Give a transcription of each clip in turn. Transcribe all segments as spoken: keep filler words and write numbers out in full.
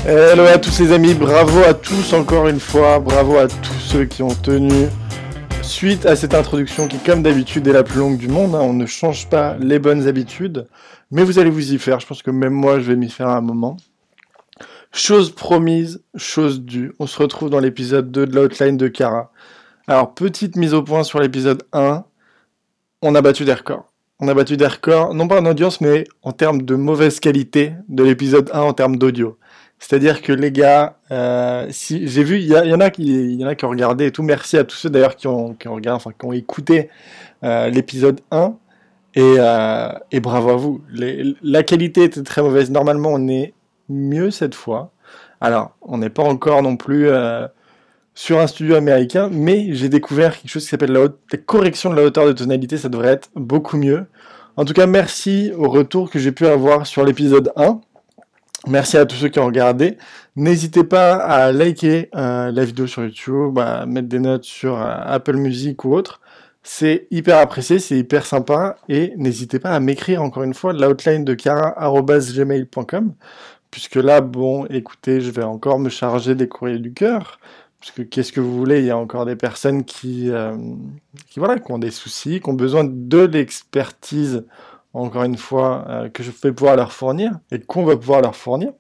Hello à tous les amis, bravo à tous encore une fois, bravo à tous ceux qui ont tenu suite à cette introduction qui comme d'habitude est la plus longue du monde, hein. On ne change pas les bonnes habitudes, mais vous allez vous y faire, je pense que même moi je vais m'y faire à un moment. Chose promise, chose due, on se retrouve dans l'épisode deux de l'Outline de Kara. Alors petite mise au point sur l'épisode un, on a battu des records. On a battu des records, non pas en audience, mais en termes de mauvaise qualité de l'épisode un en termes d'audio. C'est-à-dire que les gars, euh, si j'ai vu, il y, y en a qui, il y en a qui ont regardé et tout. Merci à tous ceux d'ailleurs qui ont, qui ont regardé, enfin qui ont écouté euh, l'épisode un. Et, euh, et bravo à vous. Les, la qualité était très mauvaise. Normalement, on est mieux cette fois. Alors, on n'est pas encore non plus euh, sur un studio américain, mais j'ai découvert quelque chose qui s'appelle la, haute, la correction de la hauteur de tonalité. Ça devrait être beaucoup mieux. En tout cas, merci au retour que j'ai pu avoir sur l'épisode un. Merci à tous ceux qui ont regardé. N'hésitez pas à liker euh, la vidéo sur YouTube, à mettre des notes sur euh, Apple Music ou autre. C'est hyper apprécié, c'est hyper sympa. Et n'hésitez pas à m'écrire encore une fois l'outline de kara arobase gmail point com. Puisque là, bon, écoutez, je vais encore me charger des courriers du cœur. Parce que qu'est-ce que vous voulez, il y a encore des personnes qui, euh, qui, voilà, qui ont des soucis, qui ont besoin de l'expertise, encore une fois, euh, que je vais pouvoir leur fournir, et qu'on va pouvoir leur fournir.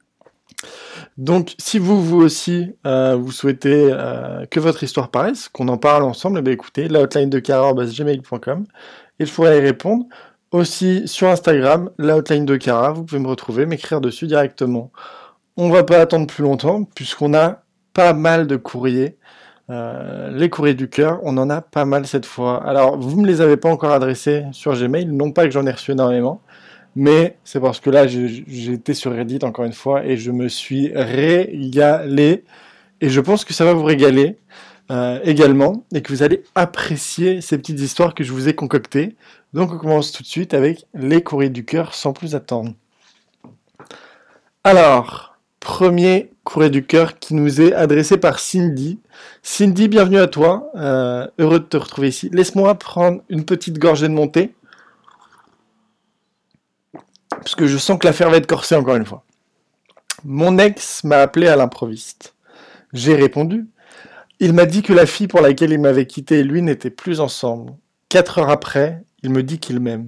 Donc, si vous, vous aussi, euh, vous souhaitez euh, que votre histoire paraisse, qu'on en parle ensemble, eh bien, écoutez, l'outline de kara arobase gmail point com, et je pourrai y répondre. Aussi, sur Instagram, l'outline de Kara, vous pouvez me retrouver, m'écrire dessus directement. On va pas attendre plus longtemps, puisqu'on a pas mal de courriers. Euh, les courriers du cœur, on en a pas mal cette fois. Alors, vous me les avez pas encore adressés sur Gmail, non pas que j'en ai reçu énormément, mais c'est parce que là, j'ai, j'ai été sur Reddit encore une fois et je me suis régalé. Et je pense que ça va vous régaler euh, également et que vous allez apprécier ces petites histoires que je vous ai concoctées. Donc, on commence tout de suite avec les courriers du cœur sans plus attendre. Alors, premier courrier du cœur qui nous est adressé par Cindy. Cindy, bienvenue à toi. Euh, heureux de te retrouver ici. Laisse-moi prendre une petite gorgée de mon thé. Parce que je sens que l'affaire va être corsée encore une fois. Mon ex m'a appelé à l'improviste. J'ai répondu. Il m'a dit que la fille pour laquelle il m'avait quitté et lui n'étaient plus ensemble. Quatre heures après, il me dit qu'il m'aime.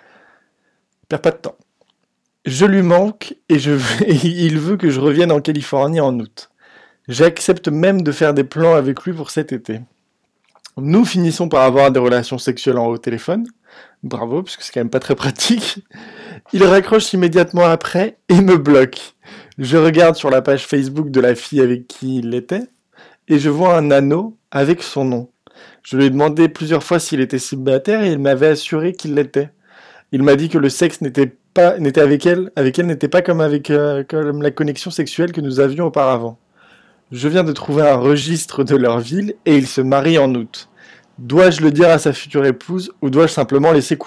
Perds pas de temps. Je lui manque et, je veux, et il veut que je revienne en Californie en août. J'accepte même de faire des plans avec lui pour cet été. Nous finissons par avoir des relations sexuelles en haut téléphone. Bravo, parce que c'est quand même pas très pratique. Il raccroche immédiatement après et me bloque. Je regarde sur la page Facebook de la fille avec qui il était et je vois un anneau avec son nom. Je lui ai demandé plusieurs fois s'il était célibataire et il m'avait assuré qu'il l'était. Il m'a dit que le sexe n'était pas, n'était avec elle, avec elle n'était pas comme avec euh, comme la connexion sexuelle que nous avions auparavant. Je viens de trouver un registre de leur ville et ils se marient en août. Dois-je le dire à sa future épouse ou dois-je simplement laisser couler ?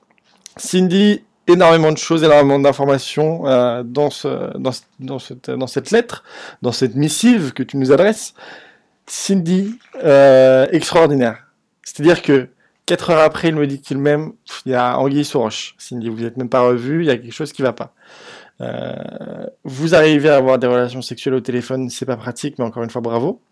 Cindy, énormément de choses, énormément d'informations euh, dans, ce, dans, dans, cette, dans cette lettre, dans cette missive que tu nous adresses. Cindy, euh, extraordinaire. C'est-à-dire que quatre heures après, il me dit qu'il m'aime. Il y a anguille sous roche. Cindy, vous n'êtes même pas revu, il y a quelque chose qui ne va pas. Euh, vous arrivez à avoir des relations sexuelles au téléphone, c'est pas pratique, mais encore une fois, bravo.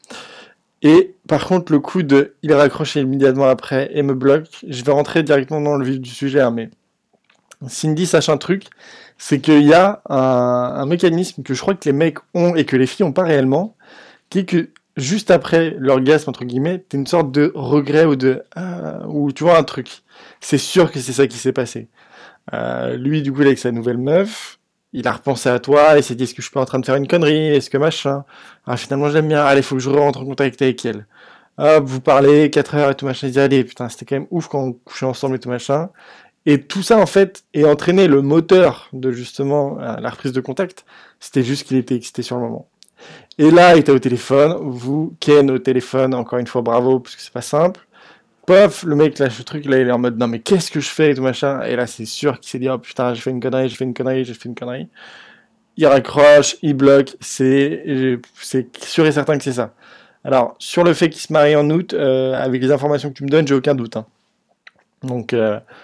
Et par contre, le coup de il raccroche immédiatement après et me bloque, je vais rentrer directement dans le vif du sujet, hein, mais Cindy sache un truc, c'est qu'il y a un, un mécanisme que je crois que les mecs ont et que les filles n'ont pas réellement, qui est que juste après l'orgasme, entre guillemets, t'as une sorte de regret ou de... Euh, ou tu vois un truc. C'est sûr que c'est ça qui s'est passé. Euh, lui, du coup, avec sa nouvelle meuf, il a repensé à toi, il s'est dit, est-ce que je suis pas en train de faire une connerie, est-ce que machin. Ah, finalement, j'aime bien, allez, faut que je rentre en contact avec elle. Hop, vous parlez, quatre heures et tout machin, il dit, allez, putain, c'était quand même ouf quand on couchait ensemble et tout machin. Et tout ça, en fait, est entraîné le moteur de, justement, la reprise de contact. C'était juste qu'il était excité sur le moment. Et là, il était au téléphone, vous, Ken au téléphone, encore une fois, bravo, parce que c'est pas simple. Pof, le mec lâche le truc, là il est en mode non mais qu'est-ce que je fais et tout machin, et là c'est sûr qu'il s'est dit oh putain j'ai fait une connerie, j'ai fait une connerie, j'ai fait une connerie. Il raccroche, il bloque, c'est, c'est sûr et certain que c'est ça. Alors sur le fait qu'il se marie en août, euh, avec les informations que tu me donnes, j'ai aucun doute. Hein. Donc euh,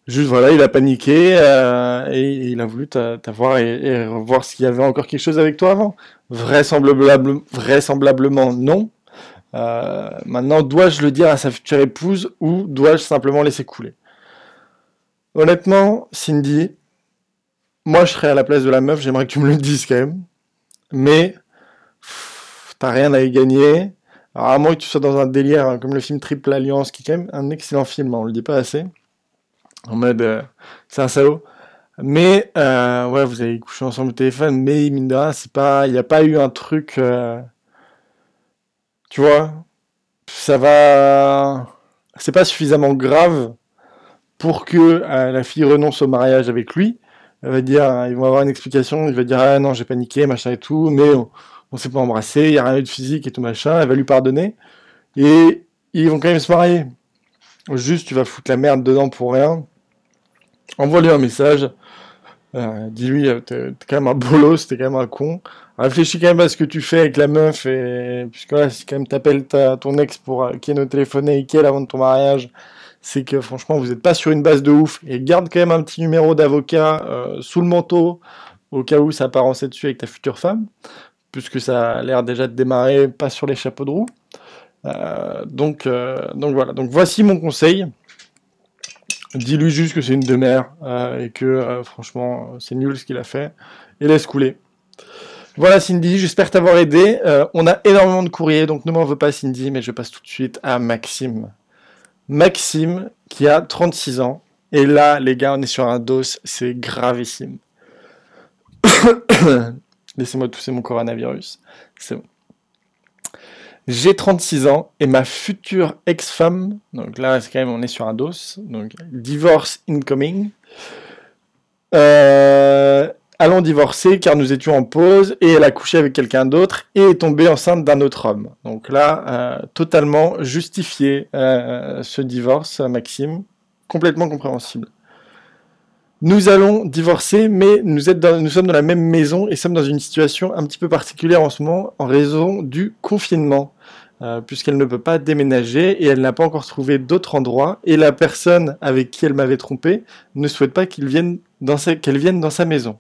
Juste, voilà, il a paniqué euh, et il a voulu t'a- t'avoir et, et voir s'il y avait encore quelque chose avec toi avant. Vraisemblable, vraisemblablement, non. Euh, maintenant, dois-je le dire à sa future épouse ou dois-je simplement laisser couler? Honnêtement, Cindy, moi je serais à la place de la meuf, j'aimerais que tu me le dises quand même. Mais pff, t'as rien à y gagner. Alors, à moins que tu sois dans un délire hein, comme le film Triple Alliance, qui est quand même un excellent film, hein, on le dit pas assez. En mode, euh, c'est un salaud. Mais euh, ouais, vous avez couché ensemble au téléphone, mais mine de rien, c'est pas, il n'y a pas eu un truc, euh, tu vois, ça va, c'est pas suffisamment grave pour que euh, la fille renonce au mariage avec lui. Elle va dire, euh, ils vont avoir une explication, il va dire ah non j'ai paniqué machin et tout, mais on, on s'est pas embrassé, il y a rien eu de physique et tout machin. Elle va lui pardonner et ils vont quand même se marier. Juste tu vas foutre la merde dedans pour rien. Envoie-lui un message. Euh, dis-lui, euh, t'es, t'es quand même un bolos, t'es quand même un con. Réfléchis quand même à ce que tu fais avec la meuf, et puisque là, si quand même t'appelles ta, ton ex pour euh, qu'il ait nous téléphoner avec elle avant de ton mariage, c'est que franchement, vous n'êtes pas sur une base de ouf. Et garde quand même un petit numéro d'avocat euh, sous le manteau, au cas où ça part en dessus avec ta future femme, puisque ça a l'air déjà de démarrer pas sur les chapeaux de roue. Euh, donc, euh, donc voilà. Donc voici mon conseil. Dis-lui juste que c'est une demeure euh, et que euh, franchement c'est nul ce qu'il a fait et laisse couler. Voilà Cindy, j'espère t'avoir aidé. Euh, on a énormément de courriers, donc ne m'en veux pas Cindy, mais je passe tout de suite à Maxime. Maxime qui a trente-six ans. Et là les gars on est sur un dos, c'est gravissime. Laissez-moi tousser mon coronavirus. C'est bon. J'ai trente-six ans et ma future ex-femme, donc là c'est quand même on est sur un dos, donc divorce incoming. Euh, allons divorcer car nous étions en pause et elle a couché avec quelqu'un d'autre et est tombée enceinte d'un autre homme. Donc là, euh, totalement justifié euh, ce divorce, Maxime, complètement compréhensible. Nous allons divorcer, mais nous, dans, nous sommes dans la même maison et sommes dans une situation un petit peu particulière en ce moment en raison du confinement. Euh, puisqu'elle ne peut pas déménager et elle n'a pas encore trouvé d'autre endroit et la personne avec qui elle m'avait trompé ne souhaite pas qu'il vienne dans sa, qu'elle vienne dans sa maison.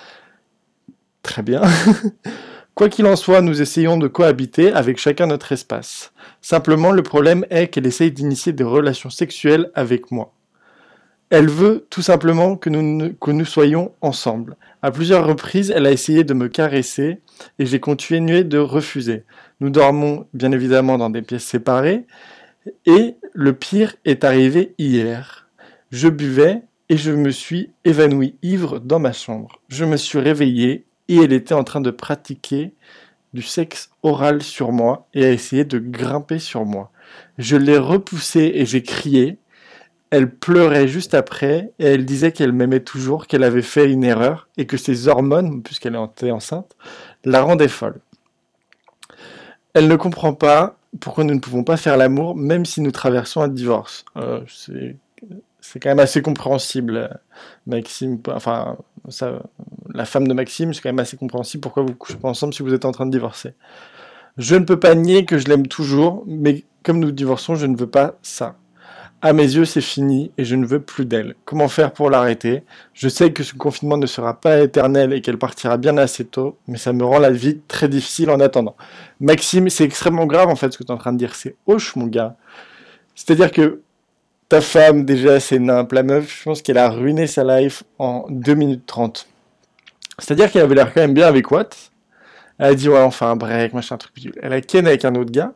Très bien. Quoi qu'il en soit, nous essayons de cohabiter avec chacun notre espace. Simplement, le problème est qu'elle essaye d'initier des relations sexuelles avec moi. Elle veut tout simplement que nous, que nous soyons ensemble. À plusieurs reprises, elle a essayé de me caresser et j'ai continué de refuser. Nous dormons bien évidemment dans des pièces séparées et le pire est arrivé hier. Je buvais et je me suis évanoui ivre dans ma chambre. Je me suis réveillé et elle était en train de pratiquer du sexe oral sur moi et a essayé de grimper sur moi. Je l'ai repoussée et j'ai crié. Elle pleurait juste après et elle disait qu'elle m'aimait toujours, qu'elle avait fait une erreur et que ses hormones, puisqu'elle était enceinte, la rendaient folle. Elle ne comprend pas pourquoi nous ne pouvons pas faire l'amour même si nous traversons un divorce. Euh, c'est, c'est quand même assez compréhensible, Maxime. Enfin, ça, la femme de Maxime, c'est quand même assez compréhensible pourquoi vous ne couchez pas ensemble si vous êtes en train de divorcer. Je ne peux pas nier que je l'aime toujours, mais comme nous divorçons, je ne veux pas ça. À mes yeux, c'est fini et je ne veux plus d'elle. Comment faire pour l'arrêter? Je sais que ce confinement ne sera pas éternel et qu'elle partira bien assez tôt, mais ça me rend la vie très difficile en attendant. Maxime, c'est extrêmement grave en fait ce que tu es en train de dire. C'est hoche, mon gars. C'est-à-dire que ta femme, déjà, c'est nimp. La meuf, je pense qu'elle a ruiné sa life en deux minutes trente. C'est-à-dire qu'elle avait l'air quand même bien avec Watt. Elle a dit, ouais, enfin, un break, machin, truc. Elle a ken avec un autre gars.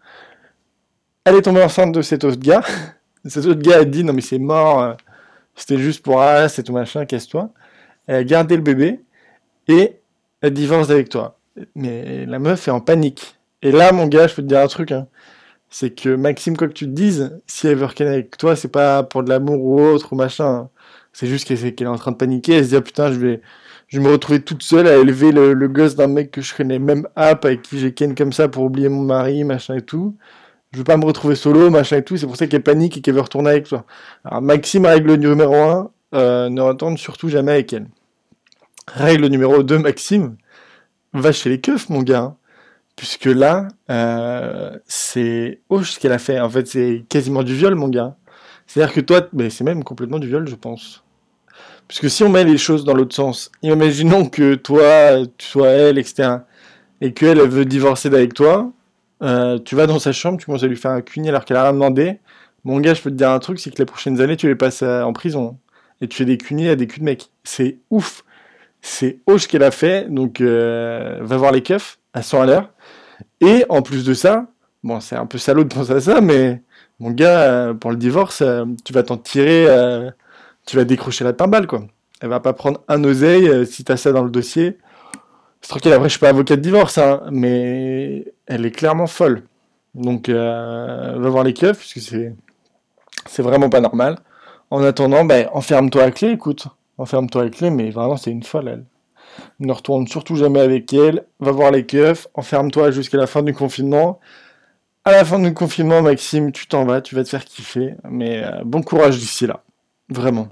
Elle est tombée enceinte de cet autre gars. Cet autre gars a dit, non, mais c'est mort. C'était juste pour, ah, c'est tout machin, casse-toi. Elle a gardé le bébé et elle divorce avec toi. Mais la meuf est en panique. Et là, mon gars, je peux te dire un truc, hein. C'est que Maxime, quoi que tu te dises, si elle veut reconnaître avec toi, c'est pas pour de l'amour ou autre ou machin, hein. C'est juste qu'elle, qu'elle est en train de paniquer, elle se dit, ah, putain, je vais, je vais me retrouver toute seule à élever le, le gosse d'un mec que je connais même app, avec qui j'ai ken comme ça pour oublier mon mari, machin et tout. Je veux pas me retrouver solo, machin et tout, c'est pour ça qu'elle panique et qu'elle veut retourner avec toi. Alors Maxime, règle numéro un, euh, ne retourne surtout jamais avec elle. Règle numéro deux, Maxime, va chez les keufs, mon gars. Hein. Puisque là, euh, c'est hoche ce qu'elle a fait. En fait, c'est quasiment du viol, mon gars. C'est-à-dire que toi, mais c'est même complètement du viol, je pense. Puisque si on met les choses dans l'autre sens, imaginons que toi, tu sois elle, et cetera, et qu'elle elle veut divorcer d'avec toi, euh, tu vas dans sa chambre, tu commences à lui faire un cuni alors qu'elle a rien demandé. Mon gars, je peux te dire un truc, c'est que les prochaines années, tu les passes euh, en prison. Et tu fais des cunis à des culs de mec. C'est ouf. C'est hoche qu'elle a fait, donc euh, va voir les keufs, à cent à l'heure. Et en plus de ça, bon, c'est un peu salaud de penser à ça, mais mon gars, euh, pour le divorce, euh, tu vas t'en tirer, euh, tu vas décrocher la timbale, quoi. Elle va pas prendre un oseille euh, si t'as ça dans le dossier. C'est tranquille, après, je suis pas avocat de divorce, hein, mais elle est clairement folle. Donc, euh, va voir les keufs, puisque c'est, c'est vraiment pas normal. En attendant, ben, enferme-toi à clé, écoute. Enferme-toi à clé, mais vraiment, c'est une folle, elle. Ne retourne surtout jamais avec elle. Va voir les keufs, enferme-toi jusqu'à la fin du confinement. À la fin du confinement, Maxime, tu t'en vas, tu vas te faire kiffer. Mais euh, bon courage d'ici là. Vraiment.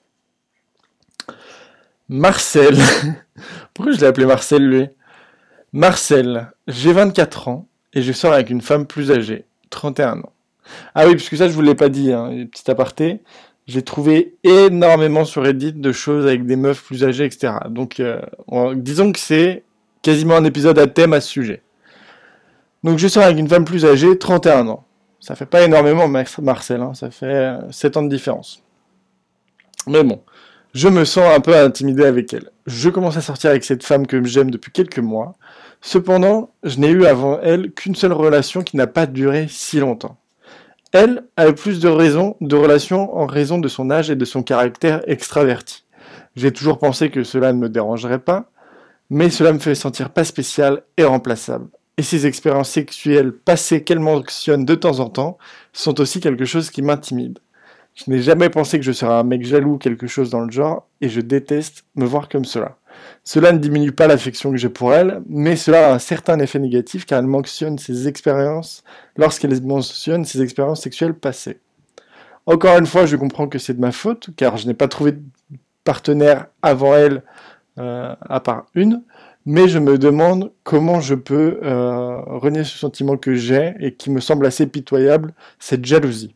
Marcel. Pourquoi je l'ai appelé Marcel, lui? Marcel, j'ai vingt-quatre ans et je sors avec une femme plus âgée, trente et un ans. Ah oui, parce que ça, je vous l'ai pas dit, hein, petit aparté. J'ai trouvé énormément sur Reddit de choses avec des meufs plus âgées, et cetera. Donc, euh, on- disons que c'est quasiment un épisode à thème à ce sujet. Donc, je sors avec une femme plus âgée, trente et un ans. Ça fait pas énormément, Marcel, hein, ça fait euh, sept ans de différence. Mais bon, je me sens un peu intimidé avec elle. Je commence à sortir avec cette femme que j'aime depuis quelques mois. Cependant, je n'ai eu avant elle qu'une seule relation qui n'a pas duré si longtemps. Elle a eu plus de raisons, de relations en raison de son âge et de son caractère extraverti. J'ai toujours pensé que cela ne me dérangerait pas, mais cela me fait sentir pas spécial et remplaçable. Et ces expériences sexuelles passées qu'elle mentionne de temps en temps sont aussi quelque chose qui m'intimide. Je n'ai jamais pensé que je serais un mec jaloux ou quelque chose dans le genre, et je déteste me voir comme cela. Cela ne diminue pas l'affection que j'ai pour elle, mais cela a un certain effet négatif car elle mentionne ses expériences lorsqu'elle mentionne ses expériences sexuelles passées. Encore une fois, je comprends que c'est de ma faute, car je n'ai pas trouvé de partenaire avant elle, euh, à part une, mais je me demande comment je peux euh, renier ce sentiment que j'ai et qui me semble assez pitoyable, cette jalousie.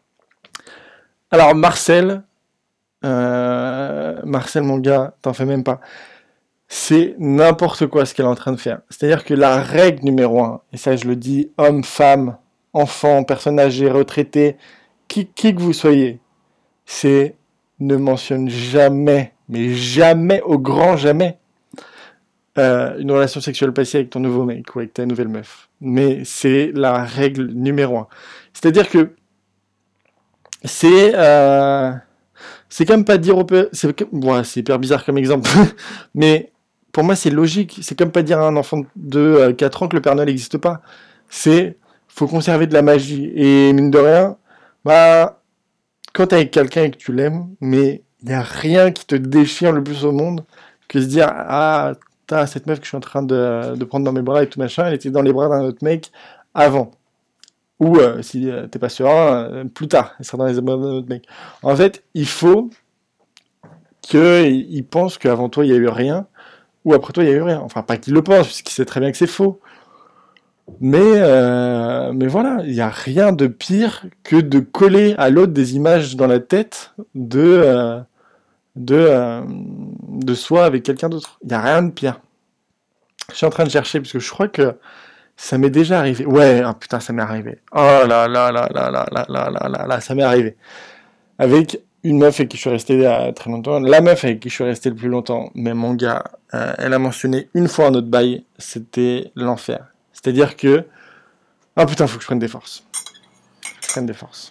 Alors Marcel, euh, Marcel mon gars, t'en fais même pas. C'est n'importe quoi ce qu'elle est en train de faire. C'est-à-dire que la règle numéro un, et ça je le dis, homme, femme, enfant, personne âgée, retraité, qui, qui que vous soyez, c'est ne mentionne jamais, mais jamais, au grand jamais, euh, une relation sexuelle passée avec ton nouveau mec ou avec ta nouvelle meuf. Mais c'est la règle numéro un. C'est-à-dire que c'est... Euh, c'est quand même pas dire au père... C'est, bon, c'est hyper bizarre comme exemple, mais pour moi c'est logique. C'est comme pas dire à un enfant de euh, quatre ans que le Père Noël n'existe pas. C'est... faut conserver de la magie. Et mine de rien, bah... quand t'es avec quelqu'un et que tu l'aimes, mais il n'y a rien qui te déchire le plus au monde que se dire ah t'as cette meuf que je suis en train de, de prendre dans mes bras et tout machin, elle était dans les bras d'un autre mec avant. Ou euh, si euh, t'es pas sûr, euh, plus tard, elle sera dans les bras d'un autre mec. En fait, il faut qu'il pense qu'avant toi il y a eu rien, ou après toi il y a eu rien. Enfin, pas qu'il le pense, puisqu'il sait très bien que c'est faux. Mais, euh, mais voilà, il n'y a rien de pire que de coller à l'autre des images dans la tête de, euh, de, euh, de soi avec quelqu'un d'autre. Il n'y a rien de pire. Je suis en train de chercher, parce que je crois que ça m'est déjà arrivé. Ouais, oh putain, ça m'est arrivé. Oh là là là là là là là là là là, ça m'est arrivé. Avec une meuf avec qui je suis resté euh, très longtemps. La meuf avec qui je suis resté le plus longtemps, mais mon gars, euh, elle a mentionné une fois un autre bail, c'était l'enfer. C'est-à-dire que... Ah putain, faut que je prenne des forces. Je prenne des forces.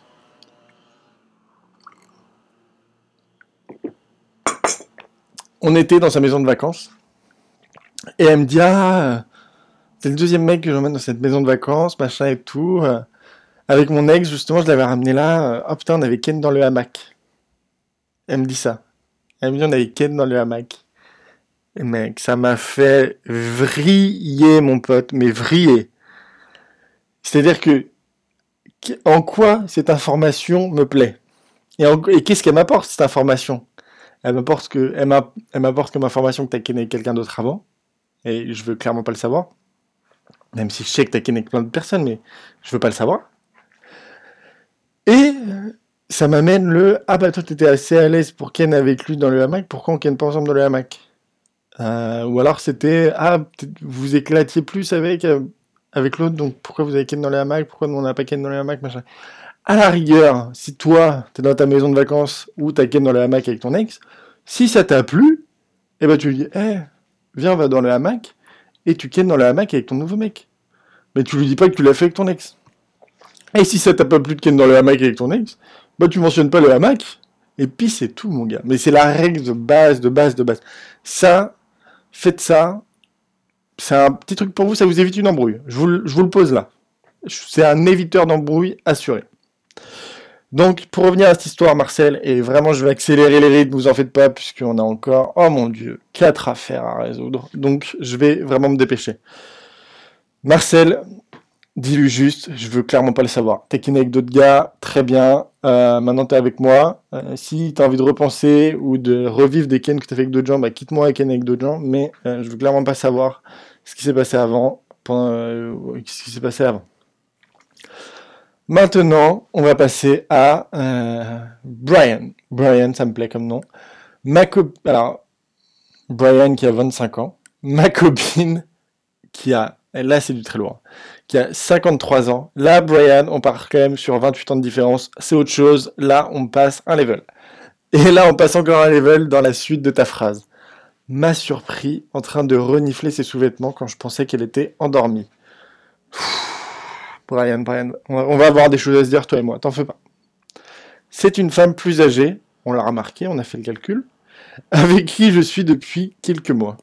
On était dans sa maison de vacances, et elle me dit, ah, c'est le deuxième mec que j'emmène dans cette maison de vacances, machin et tout. Avec mon ex, justement, je l'avais ramené là. Oh putain, on avait Ken dans le hamac. Elle me dit ça. Elle me dit, on avait Ken dans le hamac. Et mec, ça m'a fait vriller, mon pote, mais vriller. C'est-à-dire que, en quoi cette information me plaît? Et, en, et qu'est-ce qu'elle m'apporte, cette information? Elle m'apporte que, elle, m'a, elle m'apporte comme information que t'as ken avec quelqu'un d'autre avant. Et je veux clairement pas le savoir. Même si je sais que t'as ken avec plein de personnes, mais je veux pas le savoir. Et ça m'amène le « Ah bah toi t'étais assez à l'aise pour ken avec lui dans le hamac, pourquoi on ken pas ensemble dans le hamac ?» euh, Ou alors c'était « Ah, vous vous éclatiez plus avec, euh, avec l'autre, donc pourquoi vous avez ken dans le hamac, pourquoi on n'a pas ken dans le hamac, machin. » À la rigueur, si toi, t'es dans ta maison de vacances ou t'as ken dans le hamac avec ton ex, si ça t'a plu, eh ben tu lui dis eh, hey, viens, on va dans le hamac, et tu ken dans le hamac avec ton nouveau mec. Mais tu lui dis pas que tu l'as fait avec ton ex. Et si ça t'a pas plu de ken dans le hamac avec ton ex, bah tu mentionnes pas le hamac, et puis c'est tout, mon gars. Mais c'est la règle de base, de base, de base. Ça, faites ça, c'est un petit truc pour vous, ça vous évite une embrouille. Je vous, je vous le pose là. C'est un éviteur d'embrouille assuré. Donc, pour revenir à cette histoire, Marcel, et vraiment, je vais accélérer les rythmes, vous en faites pas, puisqu'on a encore, oh mon dieu, quatre affaires à résoudre. Donc, je vais vraiment me dépêcher. Marcel, dis-lui juste, je veux clairement pas le savoir. T'es ken avec d'autres gars, très bien, euh, maintenant t'es avec moi. Euh, si t'as envie de repenser ou de revivre des ken que t'as fait avec d'autres gens, bah quitte-moi et ken avec d'autres gens, mais euh, je veux clairement pas savoir ce qui s'est passé avant, pendant, euh, ce qui s'est passé avant. Maintenant, on va passer à euh, Brian. Brian, ça me plaît comme nom. Ma co- Alors, Brian qui a vingt-cinq ans. Ma copine qui a, là c'est du très lourd, qui a cinquante-trois ans. Là, Brian, on part quand même sur vingt-huit ans de différence. C'est autre chose. Là, on passe un level. Et là, on passe encore un level dans la suite de ta phrase. M'a surpris en train de renifler ses sous-vêtements quand je pensais qu'elle était endormie. Brian, Brian, on va avoir des choses à se dire, toi et moi, t'en fais pas. C'est une femme plus âgée, on l'a remarqué, on a fait le calcul, avec qui je suis depuis quelques mois.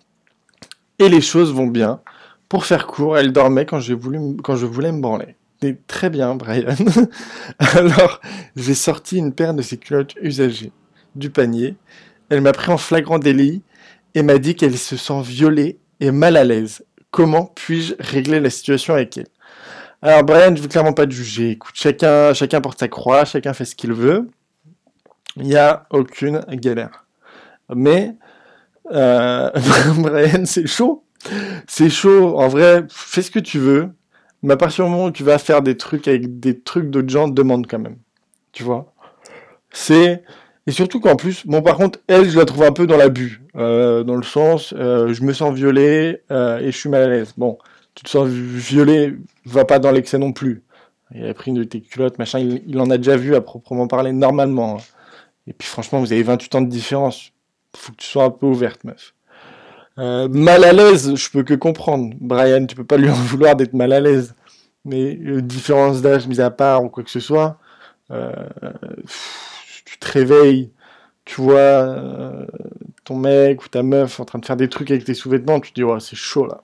Et les choses vont bien. Pour faire court, elle dormait quand, j'ai voulu, quand je voulais me branler. Et très bien, Brian. Alors, j'ai sorti une paire de ses culottes usagées du panier. Elle m'a pris en flagrant délit et m'a dit qu'elle se sent violée et mal à l'aise. Comment puis-je régler la situation avec elle ? Alors Brian, je veux clairement pas te juger. Écoute, chacun, chacun porte sa croix, chacun fait ce qu'il veut. Il n'y a aucune galère. Mais euh, Brian, c'est chaud. C'est chaud. En vrai, fais ce que tu veux. Mais à partir du moment où tu vas faire des trucs avec des trucs d'autres gens, demande quand même. Tu vois. C'est et surtout qu'en plus, bon par contre, elle, je la trouve un peu dans l'abus, euh, dans le sens, euh, je me sens violé euh, et je suis mal à l'aise. Bon. Tu te sens violé, va pas dans l'excès non plus. Il a pris une de tes culottes, machin, il, il en a déjà vu à proprement parler, normalement. Et puis franchement, vous avez vingt-huit ans de différence. Faut que tu sois un peu ouverte, meuf. Euh, mal à l'aise, je peux que comprendre. Brian, tu peux pas lui en vouloir d'être mal à l'aise. Mais euh, différence d'âge mise à part ou quoi que ce soit, euh, pff, tu te réveilles, tu vois euh, ton mec ou ta meuf en train de faire des trucs avec tes sous-vêtements, tu te dis, ouais, c'est chaud là.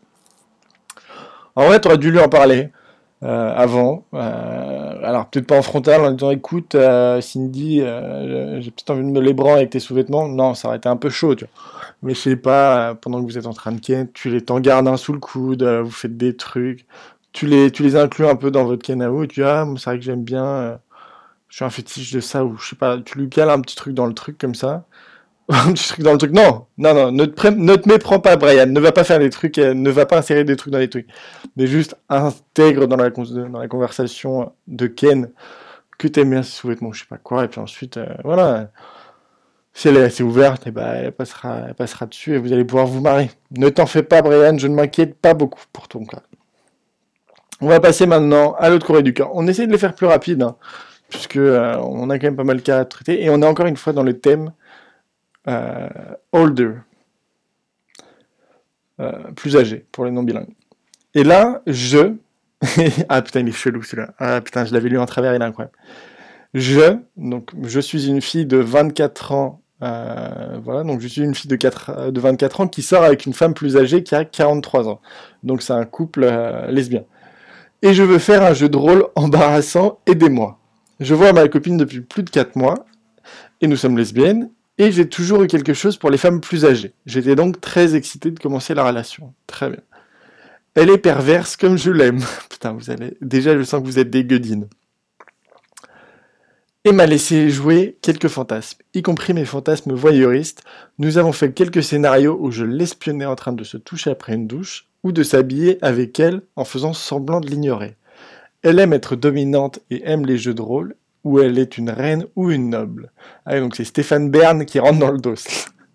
En vrai, t'aurais dû lui en parler euh, avant. Euh, alors, peut-être pas en frontal, en disant écoute, euh, Cindy, euh, j'ai peut-être envie de me les branler avec tes sous-vêtements. Non, ça aurait été un peu chaud, tu vois. Mais je sais pas, euh, pendant que vous êtes en train de ken, tu les t'en gardes un sous le coude, euh, vous faites des trucs. Tu les, tu les inclus un peu dans votre ken à vous, et tu dis ah, c'est vrai que j'aime bien, euh, je suis un fétiche de ça, ou je sais pas, tu lui cales un petit truc dans le truc comme ça. Un petit truc dans le truc. Non, non, non, ne te, pré- ne te méprends pas, Brian. Ne va pas faire des trucs, euh, ne va pas insérer des trucs dans les trucs. Mais juste intègre dans la, con- dans la conversation de Ken que t'aimes bien ses sous-vêtements, je sais pas quoi. Et puis ensuite, euh, voilà. Si elle est assez ouverte, et ben, elle passera, elle passera dessus et vous allez pouvoir vous marier. Ne t'en fais pas, Brian, je ne m'inquiète pas beaucoup pour ton cas. On va passer maintenant à l'autre Corée du cœur. On essaie de les faire plus rapides, hein, puisque euh, on a quand même pas mal de cas à traiter. Et on est encore une fois dans le thème euh, older. Euh, plus âgé pour les non bilingues. Et là, je... ah putain, il est chelou celui-là. Ah putain, je l'avais lu en travers, il est incroyable. Je, donc je suis une fille de vingt-quatre ans, euh, voilà, donc je suis une fille de, quatre, de vingt-quatre ans qui sort avec une femme plus âgée qui a quarante-trois ans. Donc c'est un couple euh, lesbien. Et je veux faire un jeu de rôle embarrassant, aidez-moi. Je vois ma copine depuis plus de quatre mois, et nous sommes lesbiennes, et j'ai toujours eu quelque chose pour les femmes plus âgées. J'étais donc très excité de commencer la relation. Très bien. Elle est perverse comme je l'aime. Putain, vous allez... Déjà, je sens que vous êtes des gueudines. Et m'a laissé jouer quelques fantasmes, y compris mes fantasmes voyeuristes. Nous avons fait quelques scénarios où je l'espionnais en train de se toucher après une douche, ou de s'habiller avec elle en faisant semblant de l'ignorer. Elle aime être dominante et aime les jeux de rôle, ou elle est une reine ou une noble. Ah, donc c'est Stéphane Bern qui rentre dans le dos.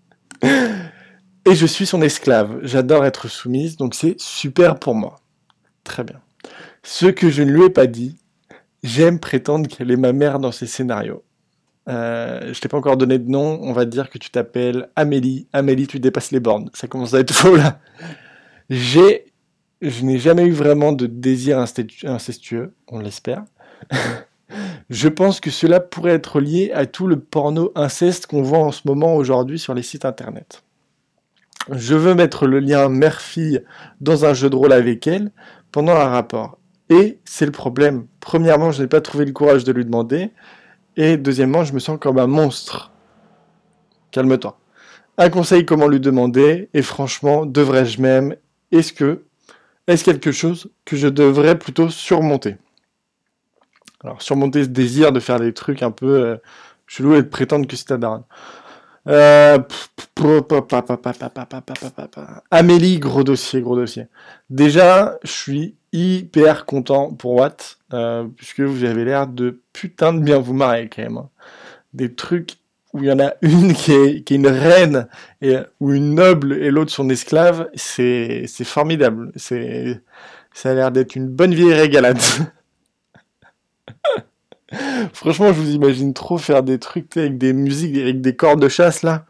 Et je suis son esclave. J'adore être soumise, donc c'est super pour moi. Très bien. Ce que je ne lui ai pas dit, j'aime prétendre qu'elle est ma mère dans ces scénarios. Euh, je t'ai pas encore donné de nom, on va dire que tu t'appelles Amélie. Amélie, tu dépasses les bornes. Ça commence à être faux là. J'ai, je n'ai jamais eu vraiment de désir incestueux, on l'espère. Je pense que cela pourrait être lié à tout le porno inceste qu'on voit en ce moment aujourd'hui sur les sites internet. Je veux mettre le lien mère-fille dans un jeu de rôle avec elle pendant un rapport. Et c'est le problème. Premièrement, je n'ai pas trouvé le courage de lui demander. Et deuxièmement, je me sens comme un monstre. Calme-toi. Un conseil, comment lui demander. Et franchement, devrais-je même? Est-ce que, est-ce quelque chose que je devrais plutôt surmonter? Alors, surmonter ce désir de faire des trucs un peu euh, chelous et de prétendre que c'est ta daronne. Euh, Amélie, gros dossier, gros dossier. Déjà, je suis hyper content pour Watt, euh, puisque vous avez l'air de putain de bien vous marrer quand même. Hein. Des trucs où il y en a une qui est, qui est une reine, et, ou une noble, et l'autre son esclave, c'est, c'est formidable. C'est, ça a l'air d'être une bonne vieille régalade. Franchement, je vous imagine trop faire des trucs avec des musiques, avec des cordes de chasse là.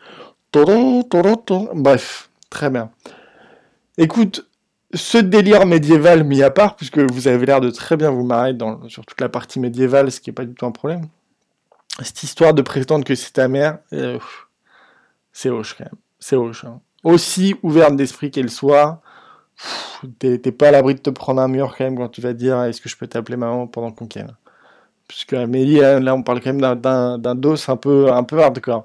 Bref, très bien. Écoute, ce délire médiéval mis à part, puisque vous avez l'air de très bien vous marrer dans, sur toute la partie médiévale, ce qui n'est pas du tout un problème. Cette histoire de prétendre que c'est ta mère, euh, c'est hoche quand même. C'est hoche. Hein. Aussi ouverte d'esprit qu'elle soit, t'es, t'es pas à l'abri de te prendre un mur quand même quand tu vas dire est-ce que je peux t'appeler maman pendant qu'on ken. Puisque Amélie, là, on parle quand même d'un, d'un, d'un dos un peu, un peu hardcore.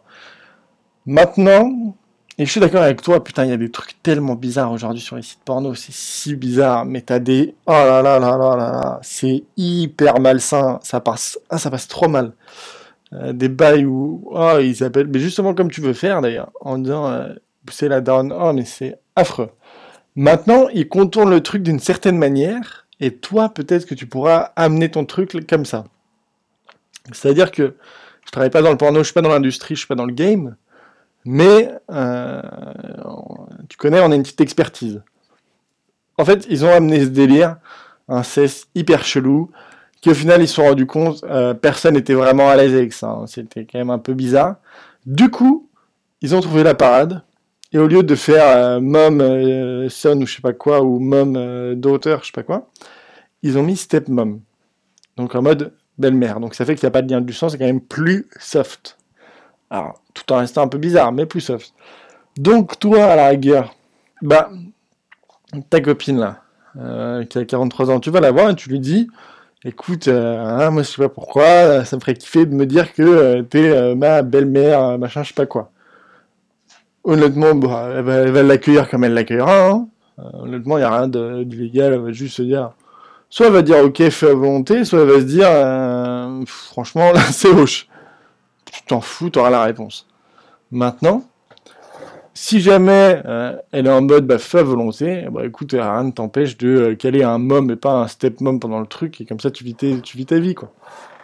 Maintenant, et je suis d'accord avec toi, putain, il y a des trucs tellement bizarres aujourd'hui sur les sites porno, c'est si bizarre, mais t'as des... Oh là là là là là là, c'est hyper malsain, ça passe, ah, ça passe trop mal. Euh, des bails où, oh, ils appellent, mais justement comme tu veux faire d'ailleurs, en disant, euh, c'est la down, oh, mais c'est affreux. Maintenant, ils contournent le truc d'une certaine manière, et toi, peut-être que tu pourras amener ton truc comme ça. C'est-à-dire que je travaille pas dans le porno, je suis pas dans l'industrie, je suis pas dans le game, mais euh, tu connais, on a une petite expertise. En fait, ils ont amené ce délire, un cesse hyper chelou, qui au final ils se sont rendus compte, euh, personne n'était vraiment à l'aise avec ça, hein, c'était quand même un peu bizarre. Du coup, ils ont trouvé la parade, et au lieu de faire euh, mom, euh, son ou je sais pas quoi, ou mom, euh, daughter, je sais pas quoi, ils ont mis stepmom. Donc en mode belle-mère. Donc ça fait qu'il n'y a pas de lien du sang, c'est quand même plus soft. Alors, tout en restant un peu bizarre, mais plus soft. Donc toi, à la rigueur, bah, ta copine là, euh, qui a quarante-trois ans, tu vas la voir et tu lui dis, écoute, euh, hein, moi je sais pas pourquoi, ça me ferait kiffer de me dire que euh, t'es euh, ma belle-mère, machin, je sais pas quoi. Honnêtement, bah, elle, va, elle va l'accueillir comme elle l'accueillera. Hein. Euh, honnêtement, il n'y a rien de, d'illégal, elle va juste se dire... Soit elle va dire ok, fais à volonté, soit elle va se dire euh, franchement là c'est hoche. Tu t'en fous, t'auras la réponse. Maintenant, si jamais euh, elle est en mode bah, fais à volonté, bah écoute, rien ne t'empêche de euh, caler un mom et pas un stepmom pendant le truc, et comme ça tu vis, tes, tu vis ta vie quoi.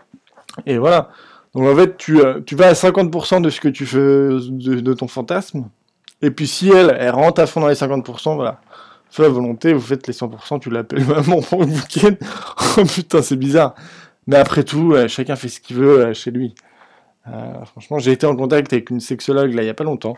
Et voilà. Donc en fait, tu, euh, tu vas à cinquante pour cent de ce que tu fais de, de ton fantasme, et puis si elle, elle rentre à fond dans les cinquante pour cent, voilà. Fais à volonté, vous faites les cent pour cent, tu l'appelles maman pour le week-end. Oh putain, c'est bizarre. Mais après tout, euh, chacun fait ce qu'il veut euh, chez lui. Euh, franchement, j'ai été en contact avec une sexologue là il y a pas longtemps.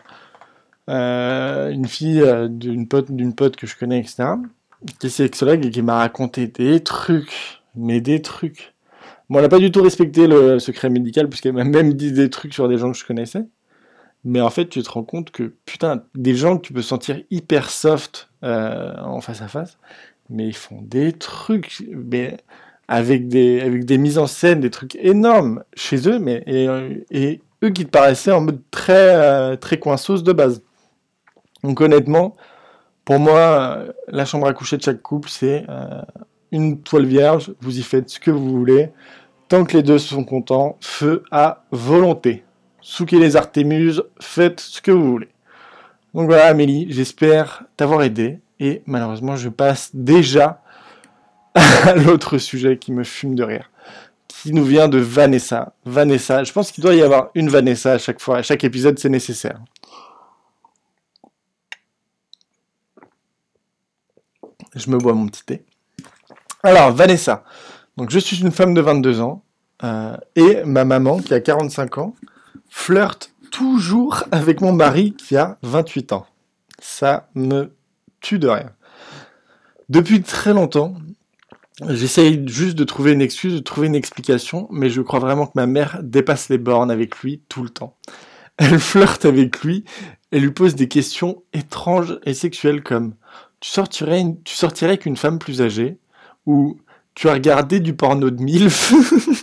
Euh, une fille euh, d'une pote, d'une pote que je connais, et cetera. Qui est sexologue et qui m'a raconté des trucs, mais des trucs. Bon, elle n'a pas du tout respecté le secret médical puisqu'elle m'a même dit des trucs sur des gens que je connaissais. Mais en fait, tu te rends compte que, putain, des gens que tu peux sentir hyper soft euh, en face à face, mais ils font des trucs, mais avec des, avec des mises en scène, des trucs énormes chez eux, mais et, et eux qui te paraissaient en mode très, euh, très coinceuse de base. Donc honnêtement, pour moi, la chambre à coucher de chaque couple, c'est euh, une toile vierge, vous y faites ce que vous voulez, tant que les deux sont contents, feu à volonté. Souquez les Artémuses, faites ce que vous voulez. Donc voilà Amélie, j'espère t'avoir aidé, et malheureusement je passe déjà à l'autre sujet qui me fume de rire, qui nous vient de Vanessa. Vanessa, je pense qu'il doit y avoir une Vanessa à chaque fois, à chaque épisode, c'est nécessaire. Je me bois mon petit thé. Alors, Vanessa. Donc, je suis une femme de vingt-deux ans euh, et ma maman, qui a quarante-cinq ans, flirte toujours avec mon mari qui a vingt-huit ans. Ça me tue de rien. Depuis très longtemps, j'essaye juste de trouver une excuse, de trouver une explication, mais je crois vraiment que ma mère dépasse les bornes avec lui tout le temps. Elle flirte avec lui, elle lui pose des questions étranges et sexuelles comme « Tu sortirais, une- tu sortirais qu'une femme plus âgée ?» ou « Tu as regardé du porno de MILF ?»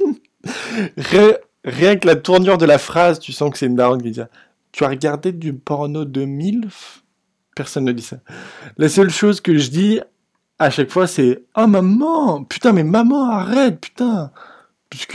Rien, rien que la tournure de la phrase, tu sens que c'est une daronne qui dit ça. Tu as regardé du porno de MILF? Personne ne dit ça. La seule chose que je dis à chaque fois, c'est « Oh maman! Putain, mais maman, arrête, putain !» Puisque,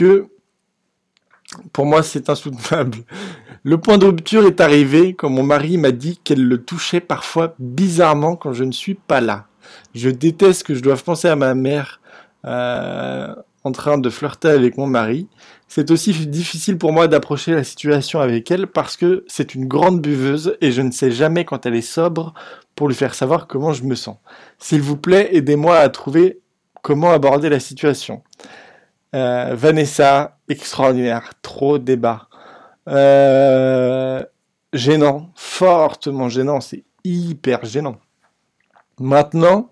pour moi, c'est insoutenable. Le point de rupture est arrivé quand mon mari m'a dit qu'elle le touchait parfois bizarrement quand je ne suis pas là. Je déteste que je doive penser à ma mère euh, en train de flirter avec mon mari. C'est aussi difficile pour moi d'approcher la situation avec elle parce que c'est une grande buveuse et je ne sais jamais quand elle est sobre pour lui faire savoir comment je me sens. S'il vous plaît, aidez-moi à trouver comment aborder la situation. Euh, Vanessa, extraordinaire, trop débat. Euh, gênant, fortement gênant, c'est hyper gênant. Maintenant,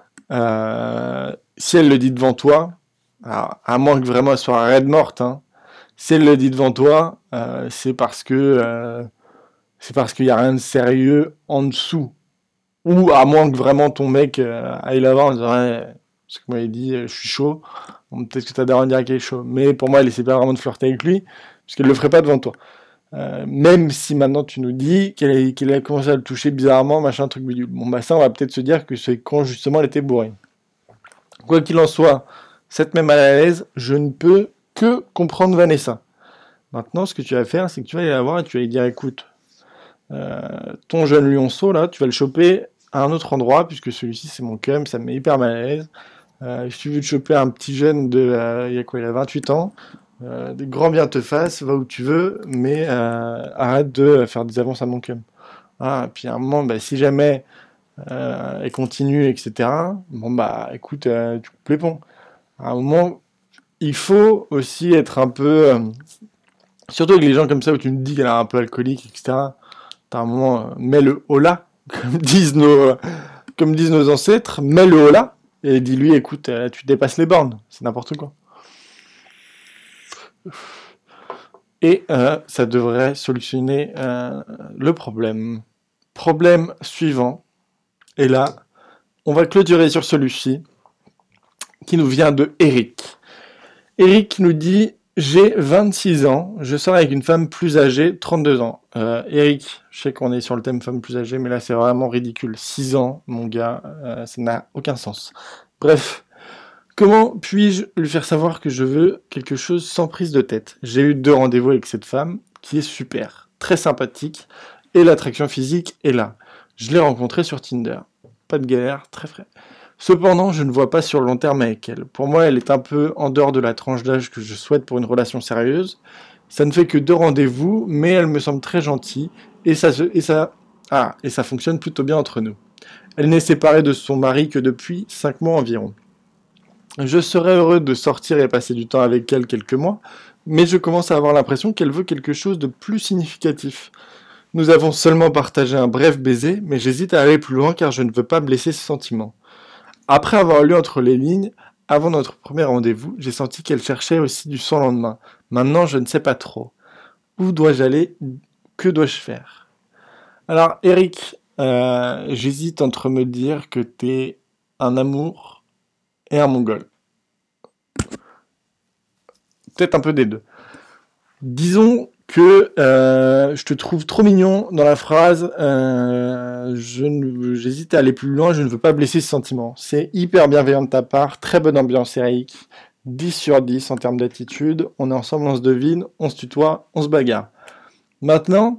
euh, si elle le dit devant toi, alors, à moins que vraiment elle soit raide morte, hein, si elle le dit devant toi, euh, c'est parce que euh, c'est parce qu'il n'y a rien de sérieux en dessous. Ou à moins que vraiment ton mec euh, aille là-bas en disant ouais, ce que moi il dit, euh, je suis chaud. Bon, peut-être que ta daronne dira qu'elle est chaud. Mais pour moi, elle essaie pas vraiment de flirter avec lui, puisqu'elle le ferait pas devant toi. Euh, même si maintenant tu nous dis qu'elle a, qu'elle a commencé à le toucher bizarrement, machin, truc bidule. Bon, bah ça, on va peut-être se dire que c'est quand justement elle était bourrée. Quoi qu'il en soit, cette même mal à l'aise, je ne peux que comprendre Vanessa. Maintenant, ce que tu vas faire, c'est que tu vas aller la voir et tu vas lui dire, écoute, euh, ton jeune lionceau, là, tu vas le choper à un autre endroit, puisque celui-ci, c'est mon cum, ça me met hyper mal à l'aise. Euh, si tu veux te choper un petit jeune de, euh, il y a quoi, il a vingt-huit ans, euh, des grands bien te fassent, va où tu veux, mais euh, arrête de faire des avances à mon cum. Ah, et puis à un moment, bah, si jamais euh, elle continue, et cetera, bon bah écoute, euh, tu coupes les ponts. À un moment, il faut aussi être un peu... euh, surtout avec les gens comme ça où tu me dis qu'elle est un peu alcoolique, et cetera. T'as un moment, euh, mets le holà, comme disent nos, euh, comme disent nos ancêtres, mets le holà, et dis-lui, écoute, euh, tu dépasses les bornes, c'est n'importe quoi. Et euh, ça devrait solutionner euh, le problème. Problème suivant, et là, on va clôturer sur celui-ci, qui nous vient de Eric. Eric nous dit « J'ai vingt-six ans, je sors avec une femme plus âgée, trente-deux ans. Euh, » Eric, je sais qu'on est sur le thème femme plus âgée, mais là c'est vraiment ridicule. six ans, mon gars, euh, ça n'a aucun sens. Bref, comment puis-je lui faire savoir que je veux quelque chose sans prise de tête? J'ai eu deux rendez-vous avec cette femme, qui est super, très sympathique, et l'attraction physique est là. Je l'ai rencontrée sur Tinder. Pas de galère, très frais. Cependant, je ne vois pas sur le long terme avec elle. Pour moi, elle est un peu en dehors de la tranche d'âge que je souhaite pour une relation sérieuse. Ça ne fait que deux rendez-vous, mais elle me semble très gentille et ça, et ça, ah, et ça fonctionne plutôt bien entre nous. Elle n'est séparée de son mari que depuis cinq mois environ. Je serais heureux de sortir et passer du temps avec elle quelques mois, mais je commence à avoir l'impression qu'elle veut quelque chose de plus significatif. Nous avons seulement partagé un bref baiser, mais j'hésite à aller plus loin car je ne veux pas blesser ses sentiments. Après avoir lu entre les lignes, avant notre premier rendez-vous, j'ai senti qu'elle cherchait aussi du son lendemain. Maintenant, je ne sais pas trop. Où dois-je aller? Que dois-je faire? Alors, Eric, euh, j'hésite entre me dire que t'es un amour et un mongol. Peut-être un peu des deux. Disons que euh, je te trouve trop mignon dans la phrase euh, je ne, j'hésite à aller plus loin, je ne veux pas blesser ce sentiment. C'est hyper bienveillant de ta part, très bonne ambiance Eric, dix sur dix en termes d'attitude, on est ensemble, on se devine, on se tutoie, on se bagarre. Maintenant,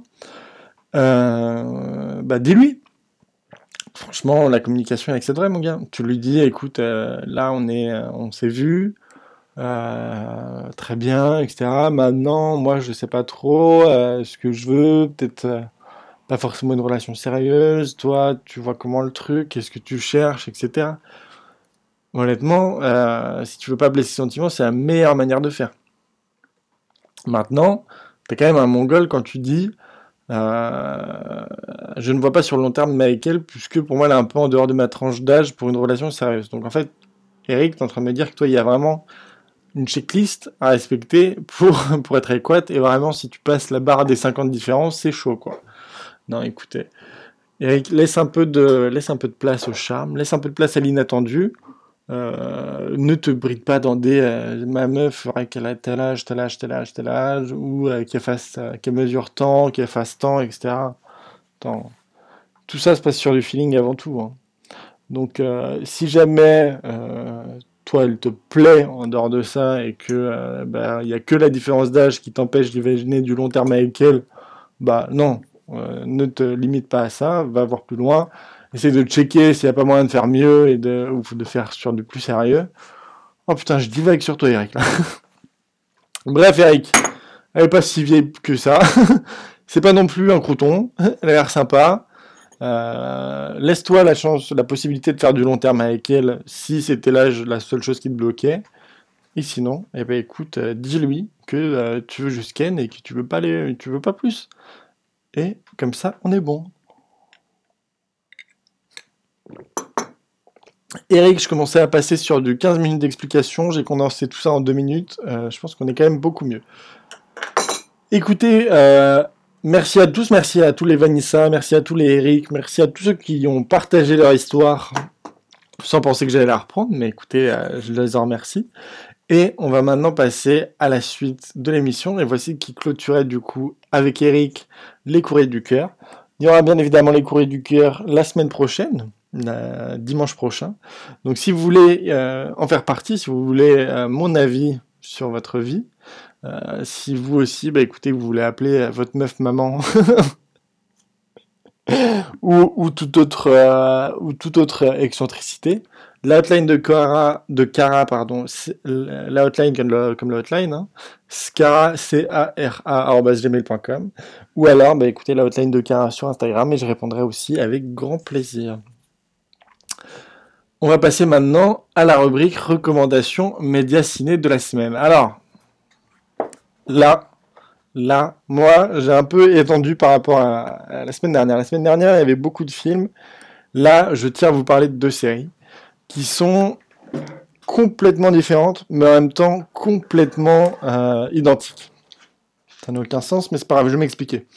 euh, bah dis-lui. Franchement, la communication est accélérée mon gars. Tu lui dis, écoute, euh, là on est, on s'est vu, Euh, très bien, et cetera. Maintenant, moi, je sais pas trop euh, ce que je veux. Peut-être euh, pas forcément une relation sérieuse. Toi, tu vois comment le truc, qu'est-ce que tu cherches, et cetera. Honnêtement, euh, si tu veux pas blesser ses sentiments, c'est la meilleure manière de faire. Maintenant, t'es quand même un mongol quand tu dis euh, je ne vois pas sur le long terme Michael, puisque pour moi, elle est un peu en dehors de ma tranche d'âge pour une relation sérieuse. Donc en fait, Eric, t'es en train de me dire que toi, il y a vraiment une checklist à respecter pour, pour être adéquate, et vraiment, si tu passes la barre des cinquante différences, c'est chaud, quoi. Non, écoutez, Eric, laisse un peu de, laisse un peu de place au charme, laisse un peu de place à l'inattendu. Euh, ne te bride pas dans des euh, ma meuf faudrait qu'elle ait tel âge, tel âge, tel âge, tel âge, ou euh, qu'elle fasse, euh, qu'elle mesure tant, qu'elle fasse tant, et cetera. Attends, tout ça se passe sur du feeling avant tout, hein. Donc, euh, si jamais euh, toi, elle te plaît en dehors de ça et que euh, bah, il y a que la différence d'âge qui t'empêche d'imaginer du long terme avec elle, bah non, euh, ne te limite pas à ça, va voir plus loin. Essaye de checker s'il n'y a pas moyen de faire mieux et de, ou de faire sur du plus sérieux. Oh putain, je divague sur toi, Eric. Là. Bref, Eric, elle est pas si vieille que ça. C'est pas non plus un crouton. Elle a l'air sympa. Euh, laisse-toi la chance, la possibilité de faire du long terme avec elle si c'était l'âge la seule chose qui te bloquait. Et sinon, eh ben écoute, euh, dis-lui que euh, tu veux juste Ken et que tu veux pas les, tu veux pas plus. Et comme ça, on est bon. Eric, je commençais à passer sur du quinze minutes d'explication. J'ai condensé tout ça en deux minutes. Euh, je pense qu'on est quand même beaucoup mieux. Écoutez, euh, merci à tous, merci à tous les Vanessa, merci à tous les Eric, merci à tous ceux qui ont partagé leur histoire sans penser que j'allais la reprendre, mais écoutez, euh, je les en remercie. Et on va maintenant passer à la suite de l'émission, et voici qui clôturait du coup avec Eric les courriers du cœur. Il y aura bien évidemment les courriers du cœur la semaine prochaine, euh, dimanche prochain. Donc si vous voulez euh, en faire partie, si vous voulez euh, mon avis sur votre vie, euh, si vous aussi, bah écoutez, vous voulez appeler votre meuf maman ou, ou toute autre euh, ou toute autre excentricité, l'outline de Cara, de Cara pardon, l'outline comme le, comme l'outline, hein, Cara, c a r a arobase gmail point com, ou alors, bah écoutez, l'outline de Cara sur Instagram et je répondrai aussi avec grand plaisir. On va passer maintenant à la rubrique recommandations médias ciné de la semaine. Alors, là, Là, moi, j'ai un peu étendu par rapport à, à la semaine dernière. La semaine dernière, il y avait beaucoup de films. Là, je tiens à vous parler de deux séries qui sont complètement différentes, mais en même temps complètement euh, identiques. Ça n'a aucun sens, mais c'est pas grave, je vais m'expliquer.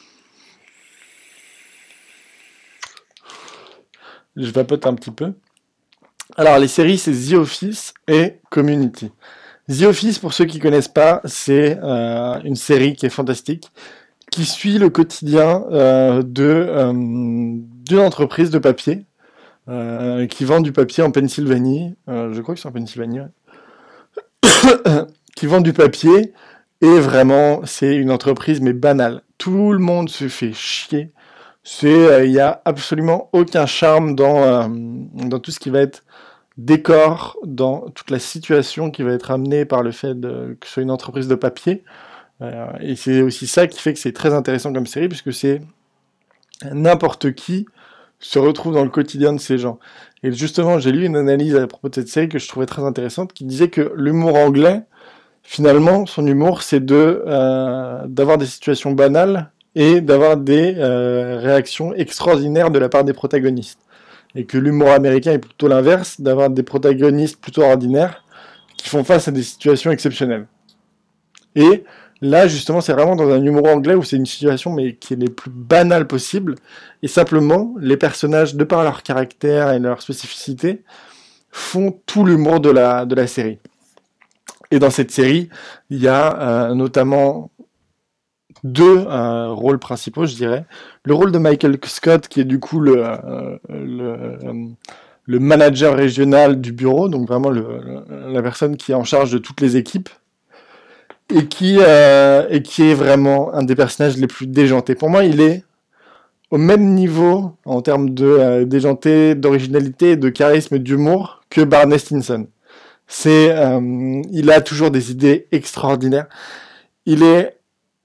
Je vapote un petit peu. Alors, les séries, c'est The Office et Community. The Office, pour ceux qui connaissent pas, c'est euh, une série qui est fantastique, qui suit le quotidien euh, de euh, d'une entreprise de papier euh, qui vend du papier en Pennsylvanie. Euh, je crois que c'est en Pennsylvanie. Ouais. Qui vend du papier et vraiment c'est une entreprise mais banale. Tout le monde se fait chier. C'est il euh, y a absolument aucun charme dans euh, dans tout ce qui va être décor, dans toute la situation qui va être amenée par le fait de, que ce soit une entreprise de papier. Euh, et c'est aussi ça qui fait que c'est très intéressant comme série, puisque c'est n'importe qui se retrouve dans le quotidien de ces gens. Et justement, j'ai lu une analyse à propos de cette série que je trouvais très intéressante, qui disait que l'humour anglais, finalement, son humour, c'est de euh, d'avoir des situations banales et d'avoir des euh, réactions extraordinaires de la part des protagonistes. Et que l'humour américain est plutôt l'inverse, d'avoir des protagonistes plutôt ordinaires qui font face à des situations exceptionnelles. Et là, justement, c'est vraiment dans un humour anglais où c'est une situation mais qui est les plus banales possibles. Et simplement, les personnages, de par leur caractère et leur spécificité, font tout l'humour de la, de la série. Et dans cette série, il y a euh, notamment deux euh, rôles principaux, je dirais. Le rôle de Michael Scott, qui est du coup le, euh, le, euh, le manager régional du bureau, donc vraiment le, le, la personne qui est en charge de toutes les équipes, et qui, euh, et qui est vraiment un des personnages les plus déjantés. Pour moi, il est au même niveau en termes de euh, déjanté, d'originalité, de charisme et d'humour que Barney Stinson. C'est, euh, il a toujours des idées extraordinaires. Il est,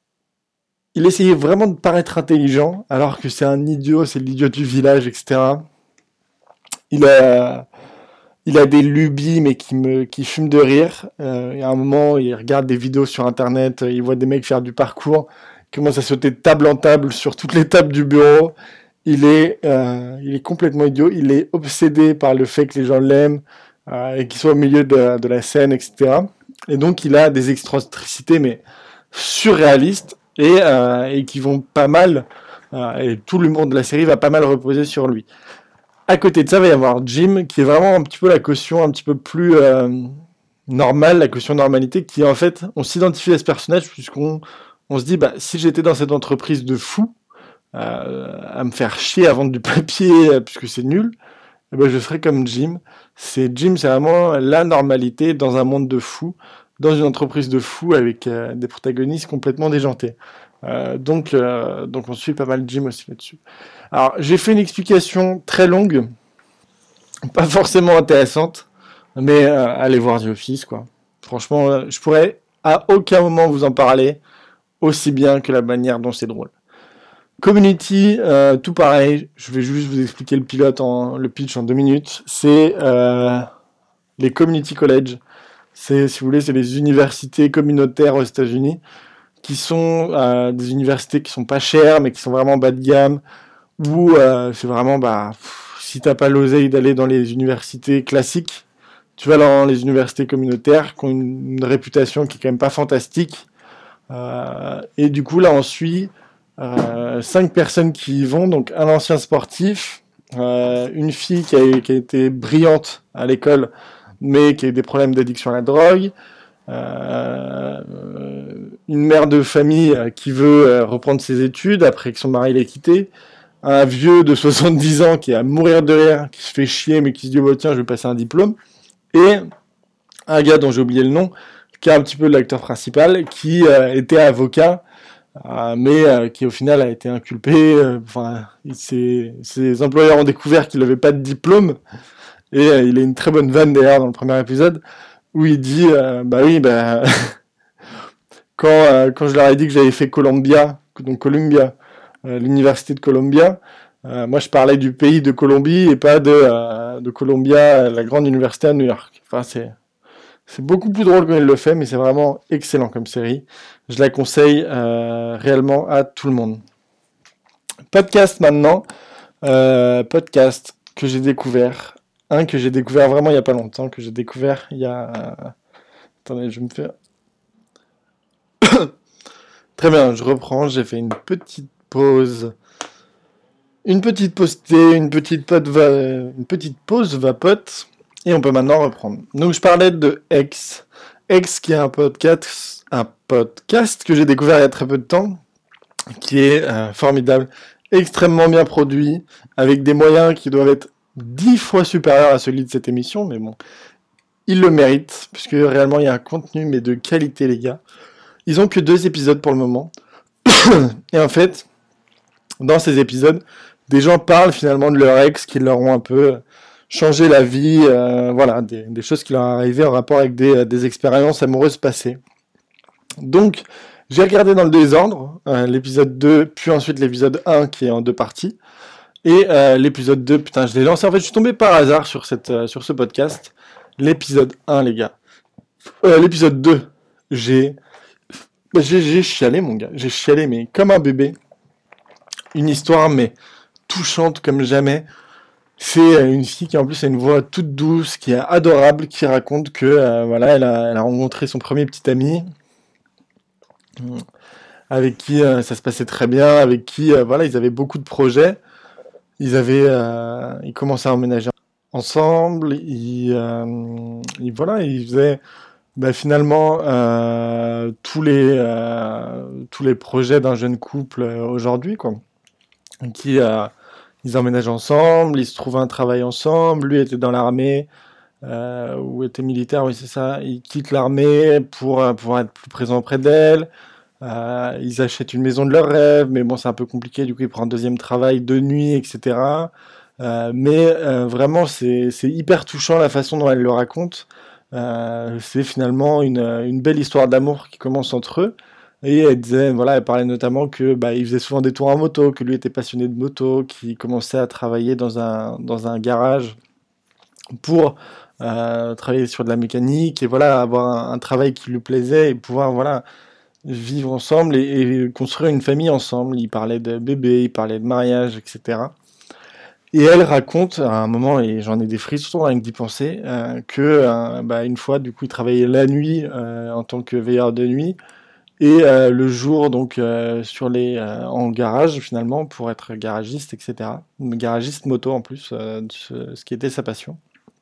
il essayait vraiment de paraître intelligent, alors que c'est un idiot, c'est l'idiot du village, et cetera. Il a, il a des lubies, mais qui me, qui fument de rire. Euh, il y a un moment, il regarde des vidéos sur Internet, il voit des mecs faire du parcours, il commence à sauter de table en table sur toutes les tables du bureau. Il est, euh, il est complètement idiot. Il est obsédé par le fait que les gens l'aiment euh, et qu'il soit au milieu de, de la scène, et cetera. Et donc, il a des excentricités, mais surréalistes et, euh, et qui vont pas mal. Euh, et tout l'humour de la série va pas mal reposer sur lui. À côté de ça, il va y avoir Jim, qui est vraiment un petit peu la caution un petit peu plus euh, normale, la caution normalité, qui en fait, on s'identifie à ce personnage puisqu'on on se dit, bah, si j'étais dans cette entreprise de fou, euh, à me faire chier à vendre du papier euh, puisque c'est nul, eh ben, je serais comme Jim. C'est Jim, c'est vraiment la normalité dans un monde de fous, dans une entreprise de fous avec euh, des protagonistes complètement déjantés. Euh, donc, euh, donc on suit pas mal Jim aussi là-dessus. Alors j'ai fait une explication très longue, pas forcément intéressante, mais euh, allez voir The Office quoi. Franchement, euh, je pourrais à aucun moment vous en parler aussi bien que la manière dont c'est drôle. Community, euh, tout pareil. Je vais juste vous expliquer le pilote, en, le pitch en deux minutes. C'est euh, les community college. C'est, si vous voulez, c'est les universités communautaires aux États-Unis qui sont euh, des universités qui sont pas chères, mais qui sont vraiment bas de gamme. Où euh, c'est vraiment, bah, pff, si t'as pas l'oseille d'aller dans les universités classiques, tu vas dans les universités communautaires qui ont une, une réputation qui est quand même pas fantastique. Euh, et du coup, là, on suit euh, cinq personnes qui y vont, donc un ancien sportif, euh, une fille qui a, qui a été brillante à l'école, mais qui a eu des problèmes d'addiction à la drogue, euh, une mère de famille qui veut euh, reprendre ses études après que son mari l'ait quitté, un vieux de soixante-dix ans qui est à mourir de rire, qui se fait chier, mais qui se dit oh, tiens, je vais passer un diplôme, et un gars dont j'ai oublié le nom, qui est un petit peu l'acteur principal, qui euh, était avocat, euh, mais euh, qui au final a été inculpé. euh, Enfin, ses, ses employeurs ont découvert qu'il n'avait pas de diplôme, et euh, il a une très bonne vanne d'ailleurs dans le premier épisode, où il dit, euh, bah oui, bah, quand, euh, quand je leur ai dit que j'avais fait Columbia, donc Columbia, euh, l'université de Columbia, euh, moi je parlais du pays de Colombie et pas de, euh, de Columbia, la grande université à New York. Enfin, c'est... C'est beaucoup plus drôle quand il le fait, mais c'est vraiment excellent comme série. Je la conseille euh, réellement à tout le monde. Podcast maintenant. Euh, podcast que j'ai découvert. Un que j'ai découvert vraiment il n'y a pas longtemps, que j'ai découvert il y a... euh, Attendez, je vais me faire... Très bien, je reprends. J'ai fait une petite pause. Une petite pause thé, une petite, pote va... une petite pause vapote. Et on peut maintenant reprendre. Donc je parlais de X. X qui est un podcast, un podcast que j'ai découvert il y a très peu de temps, qui est euh, formidable, extrêmement bien produit, avec des moyens qui doivent être dix fois supérieurs à celui de cette émission, mais bon, ils le méritent, puisque réellement il y a un contenu, mais de qualité les gars. Ils ont que deux épisodes pour le moment. Et en fait, dans ces épisodes, des gens parlent finalement de leur ex qui leur ont un peu changer la vie, euh, voilà, des, des choses qui leur sont arrivées en rapport avec des, des expériences amoureuses passées. Donc, j'ai regardé dans le désordre, euh, l'épisode deux, puis ensuite l'épisode un qui est en deux parties. Et euh, l'épisode deux, putain, je l'ai lancé, en fait, je suis tombé par hasard sur, cette, euh, sur ce podcast. L'épisode un, les gars. Euh, l'épisode deux, j'ai, j'ai, j'ai chialé, mon gars. J'ai chialé, mais comme un bébé. Une histoire, mais touchante comme jamais. C'est une fille qui en plus a une voix toute douce, qui est adorable, qui raconte que euh, voilà, elle a, elle a rencontré son premier petit ami, avec qui euh, ça se passait très bien, avec qui euh, voilà, ils avaient beaucoup de projets. Ils avaient, euh, ils commençaient à emménager ensemble. Ils, euh, ils voilà, ils faisaient bah, finalement euh, tous les euh, tous les projets d'un jeune couple euh, aujourd'hui, quoi. Qui euh, Ils emménagent ensemble, ils se trouvent un travail ensemble. Lui était dans l'armée, euh, ou était militaire, oui c'est ça. Il quitte l'armée pour euh, pouvoir être plus présent auprès d'elle. Euh, ils achètent une maison de leur rêve, mais bon c'est un peu compliqué, du coup il prend un deuxième travail de nuit, et cetera. Euh, mais euh, vraiment c'est, c'est hyper touchant la façon dont elle le raconte. Euh, c'est finalement une, une belle histoire d'amour qui commence entre eux. Et elle disait, voilà, elle parlait notamment que bah, il faisait souvent des tours en moto, que lui était passionné de moto, qu'il commençait à travailler dans un, dans un garage pour euh, travailler sur de la mécanique et voilà, avoir un, un travail qui lui plaisait et pouvoir voilà, vivre ensemble et, et construire une famille ensemble. Il parlait de bébé, il parlait de mariage, et cetera. Et elle raconte à un moment, et j'en ai des frissons rien que d'y penser, euh, que euh, bah, une fois, du coup, il travaillait la nuit euh, en tant que veilleur de nuit, et euh, le jour, donc, euh, sur les, euh, en garage, finalement, pour être garagiste, et cetera. Garagiste moto, en plus, euh, ce, ce qui était sa passion.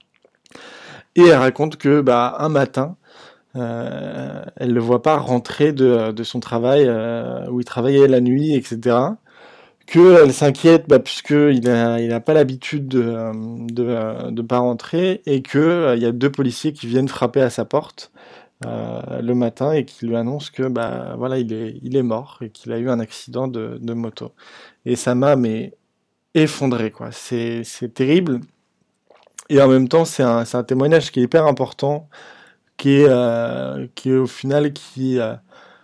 Et elle raconte que, bah, un matin, euh, elle le voit pas rentrer de, de son travail, euh, où il travaillait la nuit, et cetera. Qu'elle s'inquiète bah, puisqu'il n'a il a pas l'habitude de ne de, de pas rentrer et qu'il euh, y a deux policiers qui viennent frapper à sa porte euh, le matin et qui lui annoncent que bah, voilà, il, est, il est mort et qu'il a eu un accident de, de moto. Et ça m'a mais, effondré, quoi. C'est, c'est terrible. Et en même temps, c'est un, c'est un témoignage qui est hyper important, qui est, euh, qui est au final qui, euh,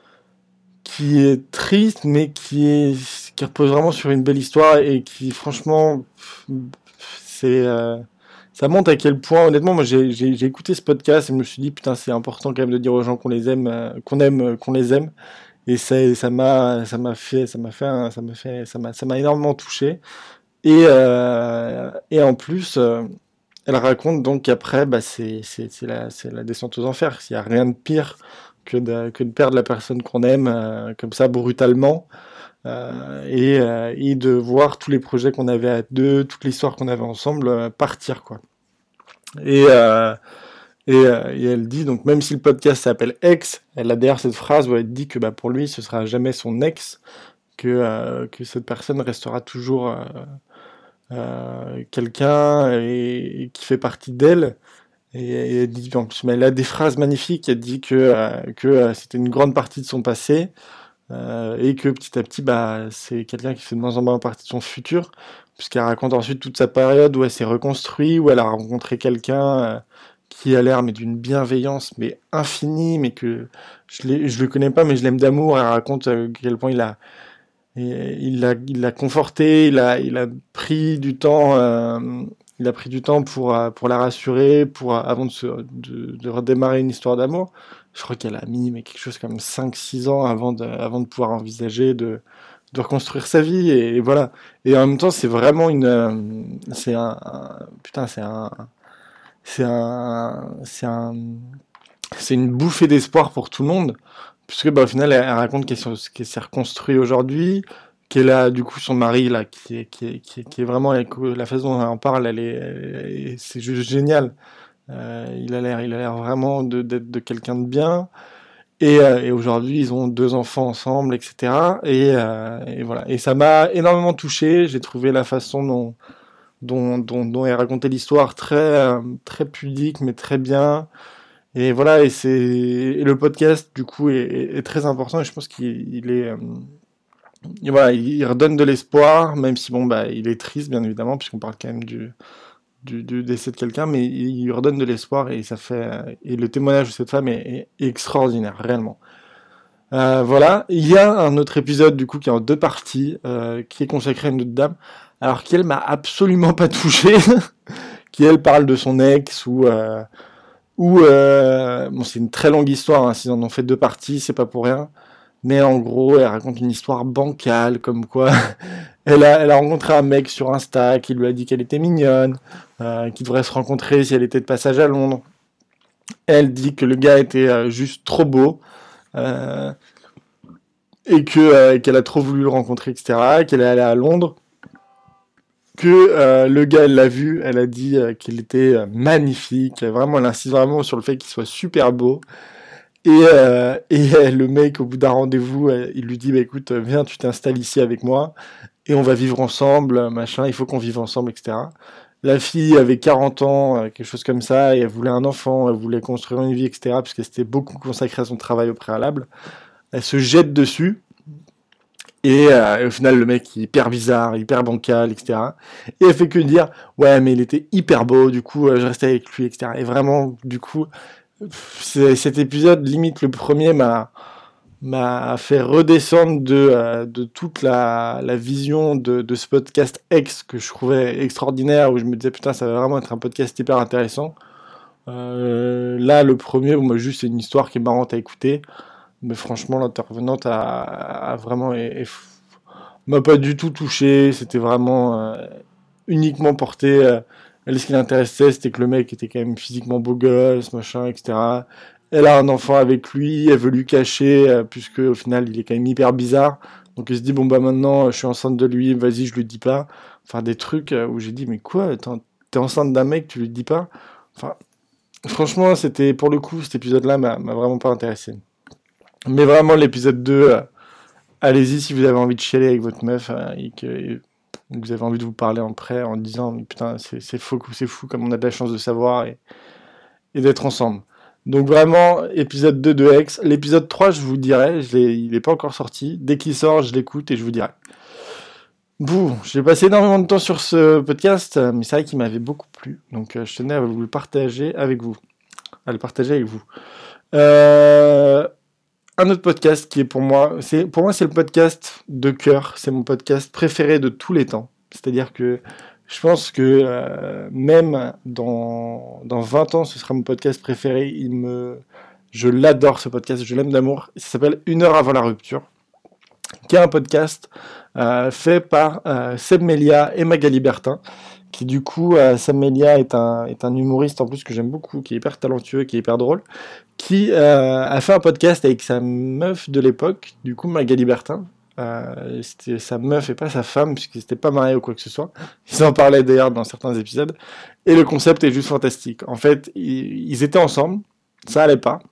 qui est triste, mais qui est qui repose vraiment sur une belle histoire et qui, franchement, c'est euh, ça montre à quel point, honnêtement, moi j'ai, j'ai, j'ai écouté ce podcast et je me suis dit putain, c'est important quand même de dire aux gens qu'on les aime, euh, qu'on aime, euh, qu'on les aime. Et ça, ça m'a, ça m'a fait, ça m'a fait, un- ça m'a fait, ça m'a, ça m'a énormément touché. Et euh, et en plus, euh, elle raconte donc qu'après, bah c'est, c'est, c'est la, c'est la descente aux enfers. Il n'y a rien de pire que de, que de perdre la personne qu'on aime euh, comme ça brutalement euh, et, euh, et de voir tous les projets qu'on avait à deux, toute l'histoire qu'on avait ensemble euh, partir quoi. Et, euh, et, euh, et elle dit donc même si le podcast s'appelle Ex, elle a derrière cette phrase où elle dit que bah, pour lui ce sera jamais son ex, que, euh, que cette personne restera toujours euh, euh, quelqu'un et, et qui fait partie d'elle. Et, et elle dit en plus, mais elle a des phrases magnifiques. Elle dit que, euh, que euh, c'était une grande partie de son passé euh, et que petit à petit, bah, c'est quelqu'un qui fait de moins en moins partie de son futur, puisqu'elle raconte ensuite toute sa période où elle s'est reconstruite, où elle a rencontré quelqu'un euh, qui a l'air mais d'une bienveillance mais infinie, mais que je, l'ai, je le connais pas, mais je l'aime d'amour. Elle raconte euh, à quel point il a et il l'a, il l'a conforté, il a, il a pris du temps, euh, il a pris du temps pour, euh, pour la rassurer, pour, euh, avant de, se, de, de redémarrer une histoire d'amour. Je crois qu'elle a mis mais quelque chose comme cinq six ans avant de, avant de pouvoir envisager de, de reconstruire sa vie. Et, et voilà. Et en même temps, c'est vraiment une, euh, c'est un, un- putain, c'est un, c'est un, c'est un, c'est une bouffée d'espoir pour tout le monde, puisque bah, au final, elle, elle raconte qu'elle, s'est qu'elle s'est reconstruite aujourd'hui, qu'elle a du coup son mari là, qui est, qui est, qui est, qui est vraiment, la façon dont elle en parle, elle est, elle est- c'est juste génial. Euh, il a l'air, il a l'air vraiment de, d'être de quelqu'un de bien. Et, euh, et aujourd'hui, ils ont deux enfants ensemble, et cetera. Et, euh, et voilà. Et ça m'a énormément touché. J'ai trouvé la façon dont, dont, dont, dont elle racontait l'histoire très, euh, très pudique, mais très bien. Et voilà, et c'est et le podcast du coup est, est- est très important et je pense qu'il il est euh, et voilà, il, il redonne de l'espoir, même si bon bah il est triste bien évidemment puisqu'on parle quand même du, du, du décès de quelqu'un, mais il, il redonne de l'espoir et ça fait euh, et le témoignage de cette femme est, est extraordinaire réellement. Euh, voilà, il y a un autre épisode du coup qui est en deux parties, euh, qui est consacré à une autre dame, alors qu'elle m'a absolument pas touché, qui elle parle de son ex ou euh, Ou euh, bon, c'est une très longue histoire, hein, s'ils en ont fait deux parties, c'est pas pour rien. Mais en gros, elle raconte une histoire bancale, comme quoi elle a, elle a rencontré un mec sur Insta qui lui a dit qu'elle était mignonne, euh, qu'ils devraient se rencontrer si elle était de passage à Londres. Elle dit que le gars était euh, juste trop beau euh, et que euh, qu'elle a trop voulu le rencontrer, et cetera. Qu'elle est allée à Londres, que euh, le gars, elle l'a vu, elle a dit euh, qu'il était euh, magnifique. Vraiment, elle insiste vraiment sur le fait qu'il soit super beau. Et, euh, et euh, le mec, au bout d'un rendez-vous, euh, il lui dit, bah, écoute, euh, viens, tu t'installes ici avec moi, et on va vivre ensemble, euh, machin, il faut qu'on vive ensemble, et cetera. La fille avait quarante ans, euh, quelque chose comme ça, et elle voulait un enfant, elle voulait construire une vie, et cetera, puisqu'elle s'était beaucoup consacrée à son travail au préalable. Elle se jette dessus, Et, euh, et au final, le mec est hyper bizarre, hyper bancal, et cetera. Et elle fait que dire, ouais, mais il était hyper beau, du coup, euh, je restais avec lui, et cetera. Et vraiment, du coup, c'est, cet épisode, limite le premier, m'a m'a fait redescendre de, euh, de toute la, la vision de, de ce podcast X que je trouvais extraordinaire, où je me disais, putain, ça va vraiment être un podcast hyper intéressant. Euh, là, le premier, moi, juste, c'est une histoire qui est marrante à écouter. Mais franchement, l'intervenante a, a vraiment est, est fou- m'a pas du tout touché. C'était vraiment euh, uniquement porté. Euh, elle, ce qui l'intéressait, c'était que le mec était quand même physiquement beau gosse, machin, et cetera. Elle a un enfant avec lui, elle veut lui cacher, euh, puisque au final, il est quand même hyper bizarre. Donc elle se dit, bon bah maintenant, je suis enceinte de lui, vas-y, je lui dis pas. Enfin, des trucs euh, où j'ai dit, mais quoi, attends, t'es enceinte d'un mec, tu lui dis pas. Enfin, franchement, c'était, pour le coup, cet épisode-là m'a m'a vraiment pas intéressé. Mais vraiment, l'épisode deux, euh, allez-y si vous avez envie de chialer avec votre meuf euh, et que vous avez envie de vous parler en prêt en disant mais putain, c'est c'est fou, c'est fou comme on a de la chance de savoir et, et d'être ensemble. Donc vraiment, épisode deux de X. L'épisode trois, je vous dirai, je l'ai- il n'est pas encore sorti. Dès qu'il sort, je l'écoute et je vous dirai. Bon, j'ai passé énormément de temps sur ce podcast, euh, mais c'est vrai qu'il m'avait beaucoup plu. Donc euh, je tenais à vous le partager avec vous. À le partager avec vous. Euh, un autre podcast qui est pour moi, c'est pour moi c'est le podcast de cœur, c'est mon podcast préféré de tous les temps. C'est-à-dire que je pense que euh, même dans, dans vingt ans, ce sera mon podcast préféré. Il me, je l'adore ce podcast, je l'aime d'amour. Il s'appelle Une heure avant la rupture, qui est un podcast euh, fait par euh, Seb Melia et Magali Bertin. Qui du coup, euh, Seb Melia est un, est un humoriste en plus que j'aime beaucoup, qui est hyper talentueux, qui est hyper drôle qui euh, a fait un podcast avec sa meuf de l'époque, du coup Magali Bertin. Euh, c'était sa meuf et pas sa femme, puisqu'ils n'étaient pas mariés ou quoi que ce soit. Ils en parlaient d'ailleurs dans certains épisodes. Et le concept est juste fantastique. En fait, ils, ils étaient ensemble, ça allait pas.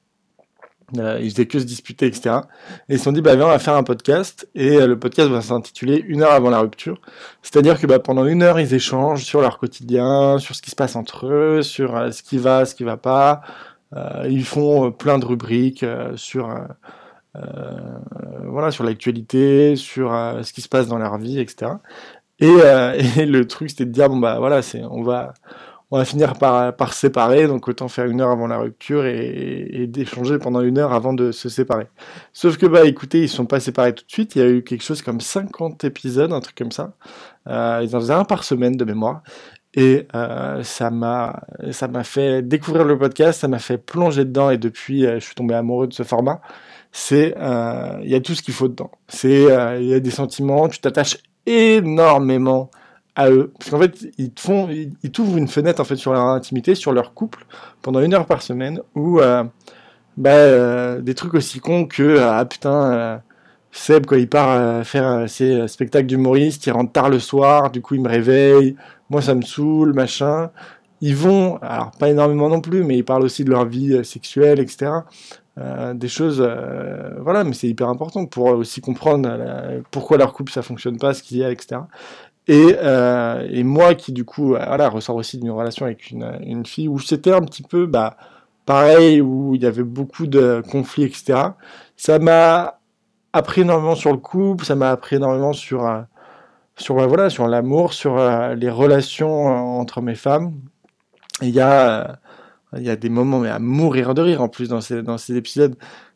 Euh, ils faisaient que se disputer, et cetera. Et ils se sont dit, bah viens, on va faire un podcast. Et euh, le podcast va s'intituler Une heure avant la rupture. C'est-à-dire que bah, pendant une heure, ils échangent sur leur quotidien, sur ce qui se passe entre eux, sur euh, ce qui va, ce qui va pas. Euh, ils font euh, plein de rubriques euh, sur, euh, euh, voilà, sur l'actualité, sur euh, ce qui se passe dans leur vie, et cetera. Et, euh, et le truc, c'était de dire, bon bah voilà, c'est, on va, on va finir par, par se séparer, donc autant faire une heure avant la rupture et, et d'échanger pendant une heure avant de se séparer. Sauf que bah écoutez, ils sont pas séparés tout de suite, il y a eu quelque chose comme cinquante épisodes, un truc comme ça. Euh, ils en faisaient un par semaine de mémoire. Et euh, ça m'a ça m'a fait découvrir le podcast, ça m'a fait plonger dedans et depuis euh, je suis tombé amoureux de ce format. C'est euh, il y a tout ce qu'il faut dedans. C'est euh, il y a des sentiments, tu t'attaches énormément à eux parce qu'en fait ils te font ils, ils t'ouvrent une fenêtre en fait sur leur intimité, sur leur couple pendant une heure par semaine où euh, bah euh, des trucs aussi cons que ah putain euh, Seb, quand il part euh, faire euh, ses euh, spectacles d'humoriste, il rentre tard le soir, du coup il me réveille, moi ça me saoule, machin. Ils vont, alors pas énormément non plus, mais ils parlent aussi de leur vie euh, sexuelle, et cetera. Euh, des choses, euh, voilà, mais c'est hyper important pour aussi comprendre euh, pourquoi leur couple ça fonctionne pas, ce qu'il y a, et cetera. Et, euh, et moi qui du coup, euh, voilà, ressort aussi d'une relation avec une, une fille où c'était un petit peu, bah, pareil, où il y avait beaucoup de conflits, et cetera. Ça m'a appris énormément sur le couple, ça m'a appris énormément sur, euh, sur, euh, voilà, sur l'amour, sur euh, les relations euh, entre mes femmes. Et Il y a, euh, il y a des moments mais à mourir de rire en plus dans ces, dans ces épisodes.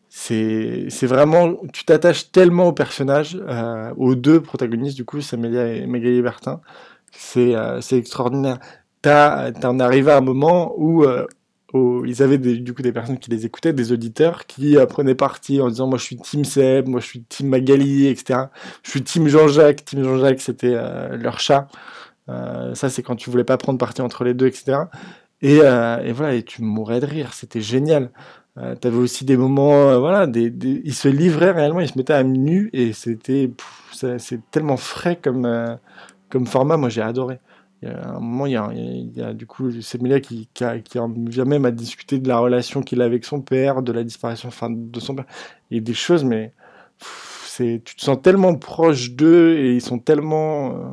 C'est, c'est vraiment, tu t'attaches tellement aux personnages, euh, aux deux protagonistes du coup, Samélia et Magali Bertin. C'est, euh, c'est extraordinaire. T'as, t'en arrives à un moment où euh, où ils avaient des, du coup des personnes qui les écoutaient, des auditeurs qui euh, prenaient parti en disant moi je suis Team Seb, moi je suis Team Magali, et cetera. Je suis Team Jean-Jacques. Team Jean-Jacques c'était euh, leur chat. Euh, ça c'est quand tu voulais pas prendre parti entre les deux, et cetera. Et, euh, et voilà, et tu mourrais de rire, c'était génial. Euh, T'avais aussi des moments, euh, voilà, des, des- ils se livraient réellement, ils se mettaient à nu et c'était, pff, ça- c'est tellement frais comme, euh, comme format, moi j'ai adoré. Il y a un moment, il y a, il y a- il y a, du coup Semilia qui, qui, a- qui en vient même à discuter de la relation qu'il a avec son père, de la disparition enfin, de son père, et des choses, mais pff, c'est, tu te sens tellement proche d'eux et ils sont tellement euh,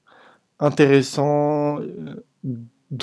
intéressants, euh,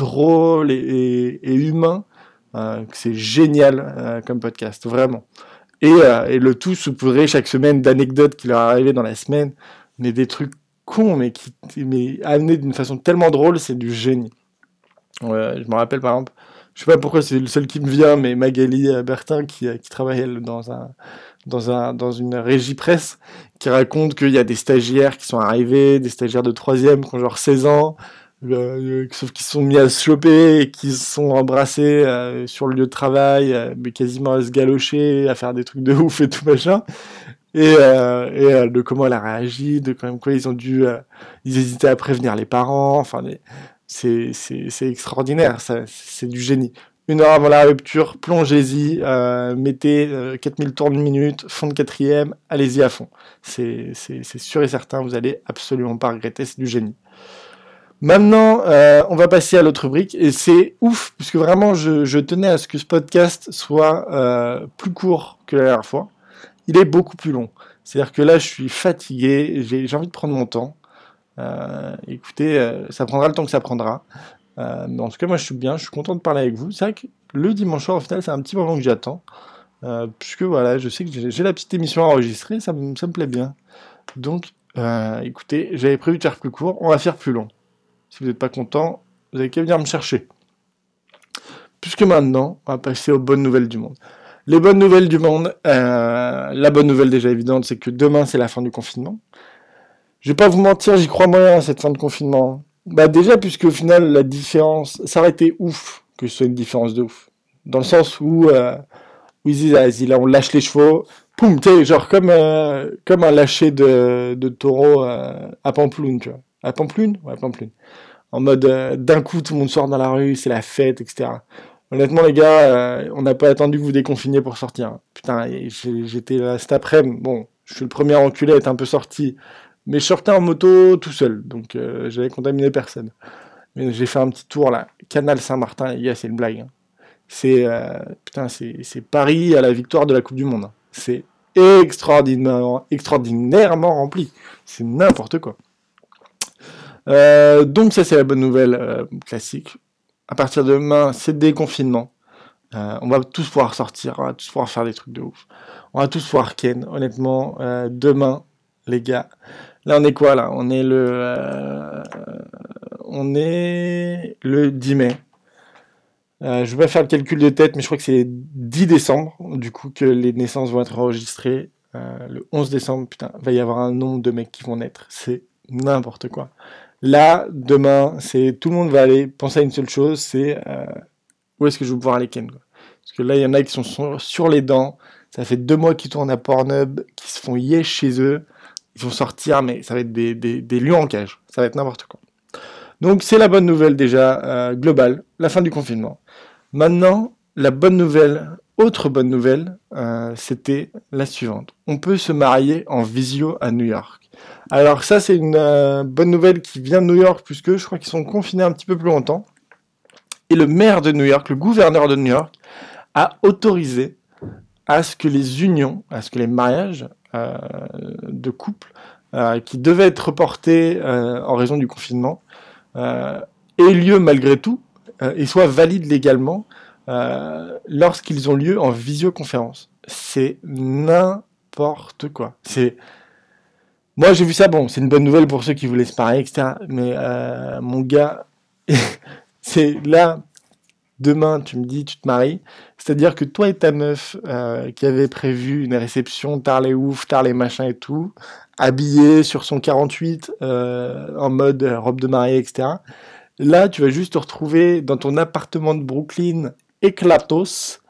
drôles et, et, et humains euh, que c'est génial euh, comme podcast, vraiment. Et, euh, et le tout saupoudré chaque semaine d'anecdotes qui leur arrivaient dans la semaine, mais des trucs cons, mais, qui, mais amenés d'une façon tellement drôle, c'est du génie. Ouais, je me rappelle par exemple, je sais pas pourquoi c'est le seul qui me vient, mais Magali euh, Bertin qui, euh, qui travaille elle, dans un dans un dans une régie presse, qui raconte qu'il y a des stagiaires qui sont arrivés, des stagiaires de troisième qui ont genre seize ans, euh, sauf qu'ils se sont mis à se choper et qu'ils se sont embrassés euh, sur le lieu de travail, euh, mais quasiment à se galocher, à faire des trucs de ouf et tout machin. Et, euh, et euh, de comment elle a réagi, de quand même quoi ils ont dû, euh, ils hésitaient à prévenir les parents. Enfin, les- c'est c'est c'est extraordinaire, ça, c'est du génie. Une heure avant la rupture, plongez-y, euh, mettez euh, quatre mille tours de minute, fond de quatrième, allez-y à fond. C'est c'est c'est sûr et certain, vous allez absolument pas regretter, c'est du génie. Maintenant, euh, on va passer à l'autre rubrique, et c'est ouf, puisque vraiment, je, je tenais à ce que ce podcast soit euh, plus court que la dernière fois. Il est beaucoup plus long. C'est-à-dire que là, je suis fatigué, j'ai, j'ai envie de prendre mon temps. Euh, écoutez, euh, ça prendra le temps que ça prendra. Euh, mais en tout cas, moi, je suis bien, je suis content de parler avec vous. C'est vrai que le dimanche soir, au final, c'est un petit moment que j'attends. Euh, puisque voilà, je sais que j'ai, j'ai la petite émission à enregistrer, ça, me- ça me plaît bien. Donc, euh, écoutez, j'avais prévu de faire plus court, on va faire plus long. Si vous n'êtes pas content, vous avez qu'à venir me chercher. Puisque maintenant, on va passer aux bonnes nouvelles du monde. Les bonnes nouvelles du monde, euh, la bonne nouvelle déjà évidente, c'est que demain c'est la fin du confinement. Je vais pas vous mentir, j'y crois moyen à cette fin de confinement. Bah déjà, puisque au final la différence, ça aurait été ouf que ce soit une différence de ouf. Dans le sens où, euh, où ils disent, ah, vas-y, là on lâche les chevaux, poum, tu sais, genre comme, euh, comme un lâcher de, de taureau euh, à Pampelune, tu vois. À Pampelune? Ouais, à Pampelune. En mode, euh, d'un coup, tout le monde sort dans la rue, c'est la fête, et cetera. Honnêtement, les gars, euh, on n'a pas attendu que vous déconfiniez pour sortir. Putain, et j'ai- j'étais là cet après-midi. Bon, je suis le premier enculé à être un peu sorti. Mais je sortais en moto tout seul, donc euh, j'avais contaminé personne. Mais j'ai fait un petit tour là. Canal Saint-Martin, les gars, c'est une blague, hein. C'est euh, putain, c'est c'est Paris à la victoire de la Coupe du Monde, hein. C'est extraordinairement, extraordinairement rempli. C'est n'importe quoi. Euh, donc ça c'est la bonne nouvelle euh, classique. À partir de demain, c'est le déconfinement. Euh, on va tous pouvoir sortir, on va tous pouvoir faire des trucs de ouf. On va tous pouvoir ken. Honnêtement, euh, demain, les gars. Là on est quoi là? On est le, euh, on est le dix mai. Euh, je vais pas faire le calcul de tête, mais je crois que c'est dix décembre, du coup, que les naissances vont être enregistrées. Euh, le onze décembre, putain, va y avoir un nombre de mecs qui vont naître. C'est n'importe quoi. Là, demain, c'est tout le monde va aller penser à une seule chose, c'est euh, où est-ce que je vais pouvoir aller ken, quoi. Parce que là, il y en a qui sont sur, sur les dents. Ça fait deux mois qu'ils tournent à Pornhub, qui se font yesh chez eux. Ils vont sortir, mais ça va être des, des, des lions en cage. Ça va être n'importe quoi. Donc c'est la bonne nouvelle déjà euh, globale, la fin du confinement. Maintenant, la bonne nouvelle, autre bonne nouvelle, euh, c'était la suivante. On peut se marier en visio à New York. Alors ça, c'est une euh, bonne nouvelle qui vient de New York, puisque je crois qu'ils sont confinés un petit peu plus longtemps. Et le maire de New York, le gouverneur de New York, a autorisé à ce que les unions, à ce que les mariages euh, de couples euh, qui devaient être reportés euh, en raison du confinement euh, aient lieu malgré tout euh, et soient valides légalement euh, lorsqu'ils ont lieu en visioconférence. C'est n'importe quoi. C'est Moi j'ai vu ça, bon, c'est une bonne nouvelle pour ceux qui voulaient se marier, et cetera. Mais euh, mon gars, c'est là, demain tu me dis tu te maries, c'est-à-dire que toi et ta meuf euh, qui avait prévu une réception tard les ouf, tard les machins et tout, habillée sur son quarante-huit euh, en mode robe de mariée, et cetera. Là, tu vas juste te retrouver dans ton appartement de Brooklyn, éclatos,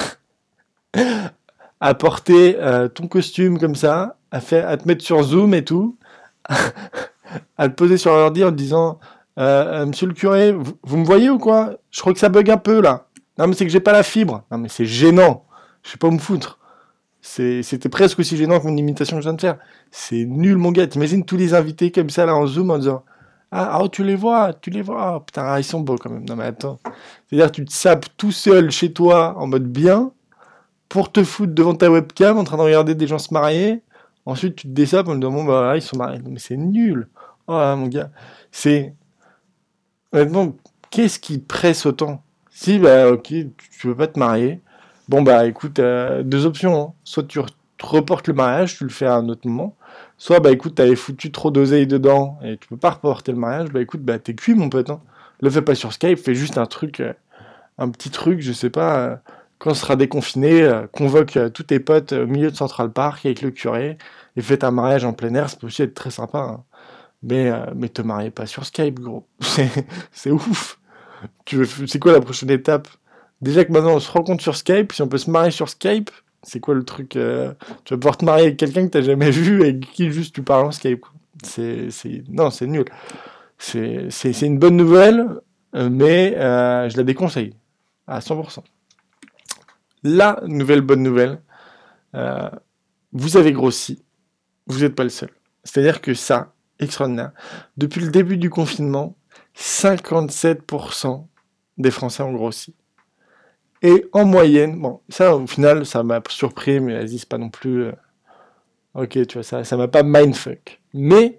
à porter euh, ton costume comme ça, à, faire, à te mettre sur Zoom et tout, à te poser sur l'ordi en te disant euh, euh, Monsieur le curé, vous, vous me voyez ou quoi? Je crois que ça bug un peu là. Non, mais c'est que j'ai pas la fibre. Non, mais c'est gênant. Je sais pas où me foutre. C'est, c'était presque aussi gênant que mon imitation que je viens de faire. C'est nul, mon gars. T'imagines tous les invités comme ça là en Zoom en disant Ah, oh, tu les vois, tu les vois. Oh, putain, ah, ils sont beaux quand même. Non, mais attends. C'est-à-dire, tu te sapes tout seul chez toi en mode bien pour te foutre devant ta webcam en train de regarder des gens se marier. Ensuite, tu te désapes en disant Bon, bah, là, ils sont mariés. Non, mais c'est nul. Oh, là, mon gars. C'est. Honnêtement, qu'est-ce qui presse autant? Si, bah, ok, tu veux pas te marier. Bon, bah écoute, euh, deux options, hein. Soit tu re- reportes le mariage, tu le fais à un autre moment. Soit, bah écoute, t'avais foutu trop d'oseille dedans et tu peux pas reporter le mariage. Bah écoute, bah t'es cuit, mon pote, hein. Le fais pas sur Skype, fais juste un truc, euh, un petit truc, je sais pas. euh, quand on sera déconfiné, euh, convoque euh, tous tes potes au milieu de Central Park avec le curé et faites un mariage en plein air, ça peut aussi être très sympa, hein. Mais, euh, mais te mariez pas sur Skype, gros. C'est c'est ouf. Tu veux, c'est quoi la prochaine étape? Déjà que maintenant on se rencontre sur Skype, si on peut se marier sur Skype, c'est quoi le truc euh, tu vas pouvoir te marier avec quelqu'un que t'as jamais vu et avec qui juste tu parles en Skype, quoi. C'est, c'est, non, c'est nul. C'est, c'est, c'est une bonne nouvelle, euh, mais euh, je la déconseille à cent pour cent. La nouvelle bonne nouvelle, euh, vous avez grossi, vous n'êtes pas le seul. C'est-à-dire que ça, extraordinaire, depuis le début du confinement, cinquante-sept pour cent des Français ont grossi. Et en moyenne, bon, ça au final, ça m'a surpris, mais vas-y, c'est pas non plus. euh, Ok, tu vois, ça, ça m'a pas mindfuck. Mais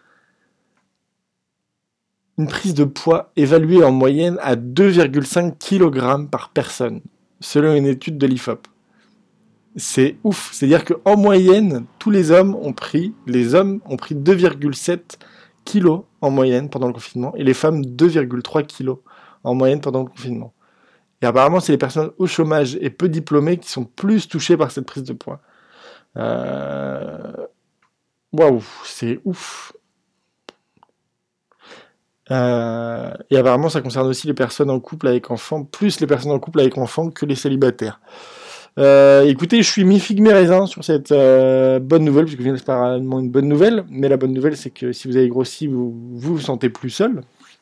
une prise de poids évaluée en moyenne à deux virgule cinq kilogrammes par personne, selon une étude de l'I F O P. C'est ouf. C'est-à-dire qu'en moyenne, tous les hommes ont pris, les hommes ont pris deux virgule sept kilos en moyenne pendant le confinement, et les femmes deux virgule trois kilos en moyenne pendant le confinement. Et apparemment, c'est les personnes au chômage et peu diplômées qui sont plus touchées par cette prise de poids. Euh, Waouh, c'est ouf. Euh, et apparemment, ça concerne aussi les personnes en couple avec enfants, plus les personnes en couple avec enfants que les célibataires. Euh, écoutez, je suis mi-figue mi-raisin sur cette euh, bonne nouvelle, puisque c'est pas réellement une bonne nouvelle, mais la bonne nouvelle, c'est que si vous avez grossi, vous vous, vous sentez plus seul.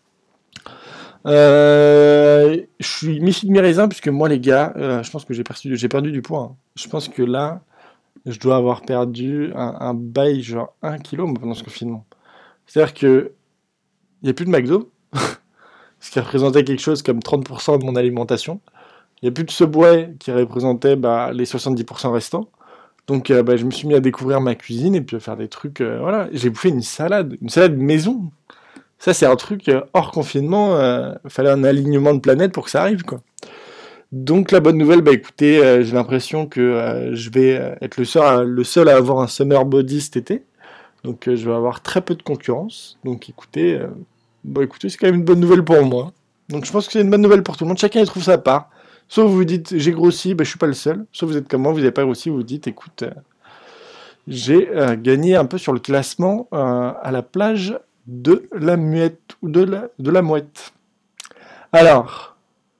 Euh, je suis mi-figue mi-raisin, puisque moi, les gars, euh, je pense que j'ai perdu, j'ai perdu du poids, hein. Je pense que là, je dois avoir perdu un, un bail genre un kilo pendant ce confinement. C'est-à-dire que il n'y a plus de McDo, ce qui représentait quelque chose comme trente pour cent de mon alimentation. Il n'y a plus de Subway qui représentait bah, les soixante-dix pour cent restants. Donc euh, bah, je me suis mis à découvrir ma cuisine et puis à faire des trucs. Euh, voilà, j'ai bouffé une salade, une salade maison. Ça c'est un truc euh, hors confinement. Euh, fallait un alignement de planète pour que ça arrive, quoi. Donc la bonne nouvelle, bah écoutez, euh, j'ai l'impression que euh, je vais euh, être le seul, à, le seul à avoir un summer body cet été. Donc euh, je vais avoir très peu de concurrence. Donc écoutez, euh, bon, écoutez, c'est quand même une bonne nouvelle pour moi. Donc je pense que c'est une bonne nouvelle pour tout le monde. Chacun y trouve sa part. Soit vous vous dites j'ai grossi, ben, je suis pas le seul. Soit vous êtes comme moi, vous n'avez pas grossi, vous vous dites écoute, euh, j'ai euh, gagné un peu sur le classement euh, à la plage de la muette ou de la, de la mouette. Alors,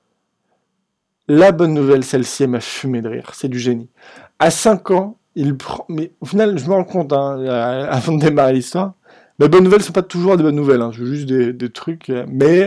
la bonne nouvelle, celle-ci, elle m'a fumé de rire. C'est du génie. À cinq ans, il prend. Mais au final, je me rends compte, hein, euh, avant de démarrer l'histoire, les bonnes nouvelles ne sont pas toujours des bonnes nouvelles. Hein, c'est juste des, des trucs. euh, Mais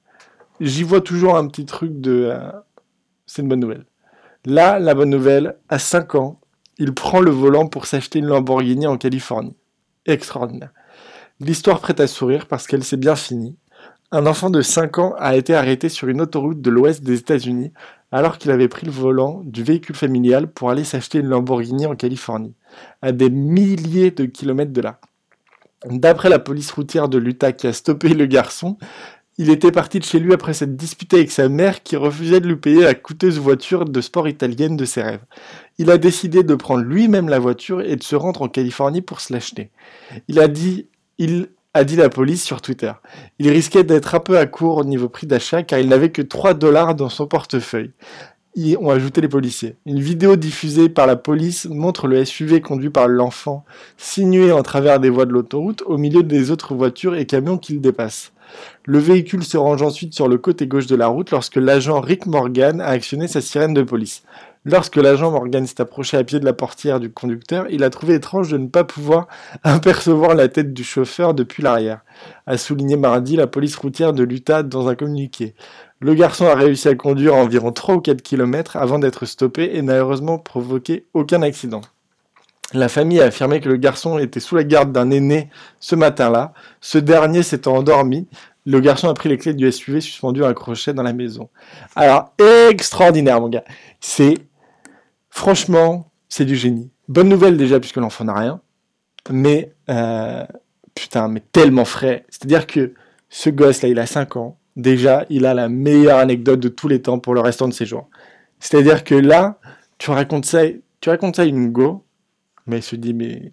j'y vois toujours un petit truc de. euh, c'est une bonne nouvelle. Là, la bonne nouvelle, à cinq ans, il prend le volant pour s'acheter une Lamborghini en Californie. Extraordinaire. L'histoire prête à sourire parce qu'elle s'est bien finie. Un enfant de cinq ans a été arrêté sur une autoroute de l'ouest des États-Unis alors qu'il avait pris le volant du véhicule familial pour aller s'acheter une Lamborghini en Californie, à des milliers de kilomètres de là. D'après la police routière de l'Utah qui a stoppé le garçon, il était parti de chez lui après s'être disputé avec sa mère qui refusait de lui payer la coûteuse voiture de sport italienne de ses rêves. Il a décidé de prendre lui-même la voiture et de se rendre en Californie pour se l'acheter. Il a dit, il a dit la police sur Twitter. Il risquait d'être un peu à court au niveau prix d'achat car il n'avait que trois dollars dans son portefeuille. Y ont ajouté les policiers. Une vidéo diffusée par la police montre le S U V conduit par l'enfant sinué en travers des voies de l'autoroute au milieu des autres voitures et camions qui le dépassent. Le véhicule se range ensuite sur le côté gauche de la route lorsque l'agent Rick Morgan a actionné sa sirène de police. Lorsque l'agent Morgan s'est approché à pied de la portière du conducteur, il a trouvé étrange de ne pas pouvoir apercevoir la tête du chauffeur depuis l'arrière, a souligné mardi la police routière de l'Utah dans un communiqué. Le garçon a réussi à conduire environ trois ou quatre kilomètres avant d'être stoppé et n'a heureusement provoqué aucun accident. La famille a affirmé que le garçon était sous la garde d'un aîné ce matin-là. Ce dernier s'étant endormi, le garçon a pris les clés du S U V suspendu à un crochet dans la maison. Alors, extraordinaire, mon gars. C'est, franchement, c'est du génie. Bonne nouvelle déjà, puisque l'enfant n'a rien. Mais, euh, putain, mais tellement frais. C'est-à-dire que ce gosse-là, il a cinq ans. Déjà, il a la meilleure anecdote de tous les temps pour le restant de ses jours. C'est-à-dire que là, tu racontes ça, tu racontes ça à une go, mais elle se dit, mais...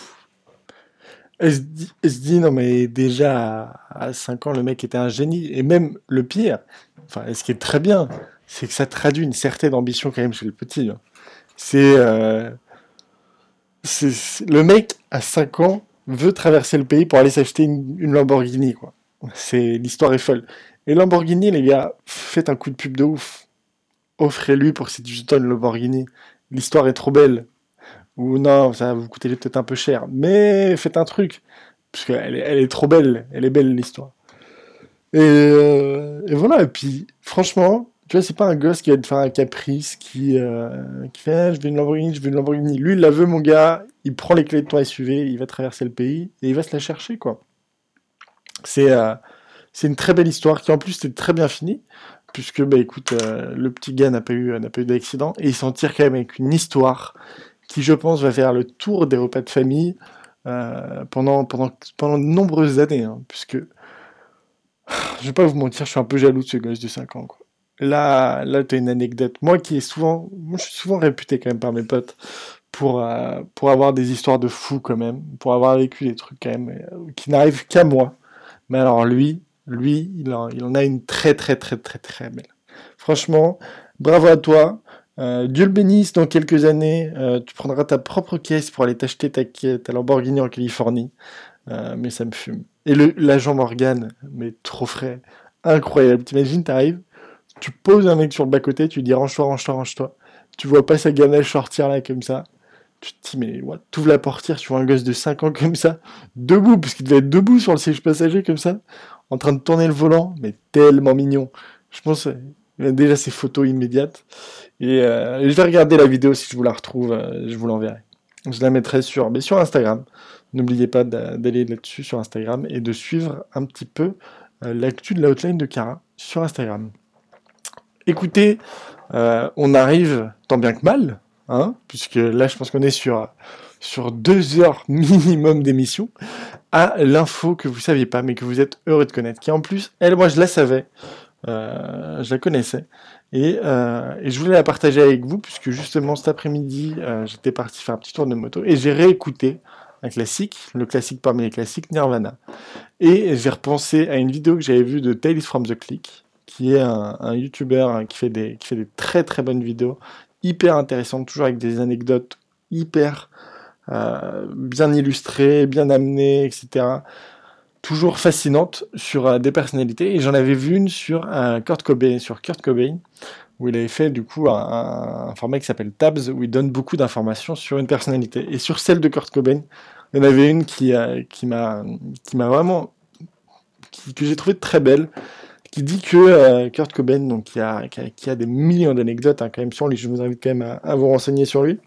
Elle se dit, elle se dit, non mais déjà, à, à cinq ans, le mec était un génie. Et même le pire, enfin, ce qui est très bien, c'est que ça traduit une certaine ambition quand même chez le petit. Hein. C'est, euh, c'est, c'est- le mec, à cinq ans, veut traverser le pays pour aller s'acheter une, une Lamborghini, quoi. C'est, l'histoire est folle. Et Lamborghini, les gars, faites un coup de pub de ouf. Offrez-lui pour ses dix-huit ans une Lamborghini. L'histoire est trop belle. Ou non, ça va vous coûter peut-être un peu cher. Mais faites un truc. Parce qu'elle est, elle est trop belle. Elle est belle, l'histoire. Et, euh, et voilà. Et puis, franchement, tu vois, c'est pas un gosse qui va te faire un caprice, qui, euh, qui fait ah, je veux une Lamborghini, je veux une Lamborghini. Lui, il la veut, mon gars. Il prend les clés de ton S U V, il va traverser le pays et il va se la chercher, quoi. C'est euh, c'est une très belle histoire qui, en plus, est très bien finie. Puisque, bah écoute, euh, le petit gars n'a pas eu, n'a pas eu d'accident. Et il s'en tire quand même avec une histoire qui, je pense, va faire le tour des repas de famille euh, pendant, pendant, pendant de nombreuses années. Hein, puisque, je vais pas vous mentir, je suis un peu jaloux de ce gosse de cinq ans. Quoi. Là, là tu as une anecdote. Moi qui est souvent, moi, je suis souvent réputé quand même par mes potes pour, euh, pour avoir des histoires de fous quand même, pour avoir vécu des trucs quand même euh, qui n'arrivent qu'à moi. Mais alors lui, lui, il en, il en a une très très très très très belle. Franchement, bravo à toi. Euh, Dieu le bénisse, dans quelques années, euh, tu prendras ta propre caisse pour aller t'acheter ta, ta Lamborghini en Californie. Euh, mais ça me fume. Et le, l'agent Morgan, mais trop frais. Incroyable. T'imagines, t'arrives, tu poses un mec sur le bas-côté, tu lui dis range-toi, range-toi, range-toi. Tu vois pas sa ganache sortir là comme ça. Tu te dis, mais what? T'ouvres la portière, tu vois un gosse de cinq ans comme ça, debout, parce qu'il devait être debout sur le siège passager comme ça, en train de tourner le volant, mais tellement mignon. Je pense, euh, il a déjà ses photos immédiates. Et euh, je vais regarder la vidéo si je vous la retrouve, euh, je vous l'enverrai. Je la mettrai sur, mais sur Instagram. N'oubliez pas d'a- d'aller là-dessus sur Instagram et de suivre un petit peu euh, l'actu de la hotline de Cara sur Instagram. Écoutez, euh, on arrive tant bien que mal, hein, puisque là je pense qu'on est sur, sur deux heures minimum d'émission, à l'info que vous saviez pas mais que vous êtes heureux de connaître, qui en plus, elle, moi je la savais, euh, je la connaissais, et, euh, et je voulais la partager avec vous, puisque justement cet après-midi, euh, j'étais parti faire un petit tour de moto, et j'ai réécouté un classique, le classique parmi les classiques, Nirvana. Et j'ai repensé à une vidéo que j'avais vue de Tales from the Click, qui est un, un YouTuber hein, qui, fait des, qui fait des très très bonnes vidéos, hyper intéressantes, toujours avec des anecdotes hyper euh, bien illustrées, bien amenées, et cetera. Toujours fascinantes sur euh, des personnalités. Et j'en avais vu une sur euh, Kurt Cobain, sur Kurt Cobain, où il avait fait du coup un, un format qui s'appelle Tabs, où il donne beaucoup d'informations sur une personnalité. Et sur celle de Kurt Cobain, il y en avait une qui, euh, qui m'a qui m'a vraiment qui, que j'ai trouvé très belle, qui dit que euh, Kurt Cobain, donc qui a, qui a, qui a des millions d'anecdotes hein, quand même sur lui, je vous invite quand même à, à vous renseigner sur lui,